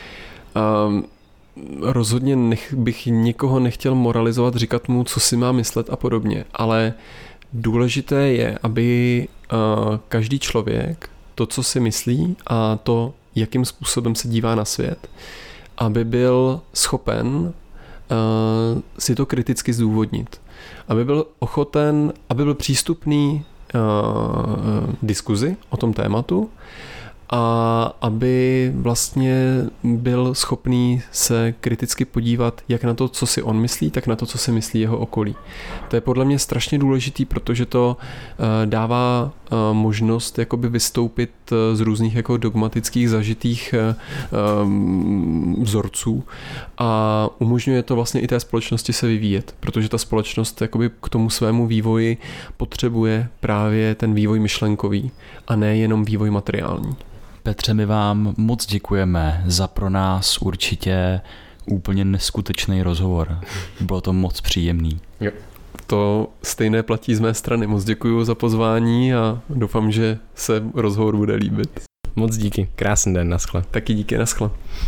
Rozhodně bych nikoho nechtěl moralizovat, říkat mu, co si má myslet a podobně, ale důležité je, aby každý člověk to, co si myslí a to, jakým způsobem se dívá na svět, aby byl schopen si to kriticky zdůvodnit. Aby byl ochoten, aby byl přístupný diskuzi o tom tématu a aby vlastně byl schopný se kriticky podívat jak na to, co si on myslí, tak na to, co si myslí jeho okolí. To je podle mě strašně důležitý, protože to dává možnost jakoby vystoupit z různých jako dogmatických zažitých vzorců a umožňuje to vlastně i té společnosti se vyvíjet, protože ta společnost jakoby k tomu svému vývoji potřebuje právě ten vývoj myšlenkový a ne jenom vývoj materiální. Petře, my vám moc děkujeme za pro nás určitě úplně neskutečný rozhovor. Bylo to moc příjemný. Jo. To stejné platí z mé strany. Moc děkuji za pozvání a doufám, že se rozhovor bude líbit. Moc díky. Krásný den, naschle. Taky díky, naschle.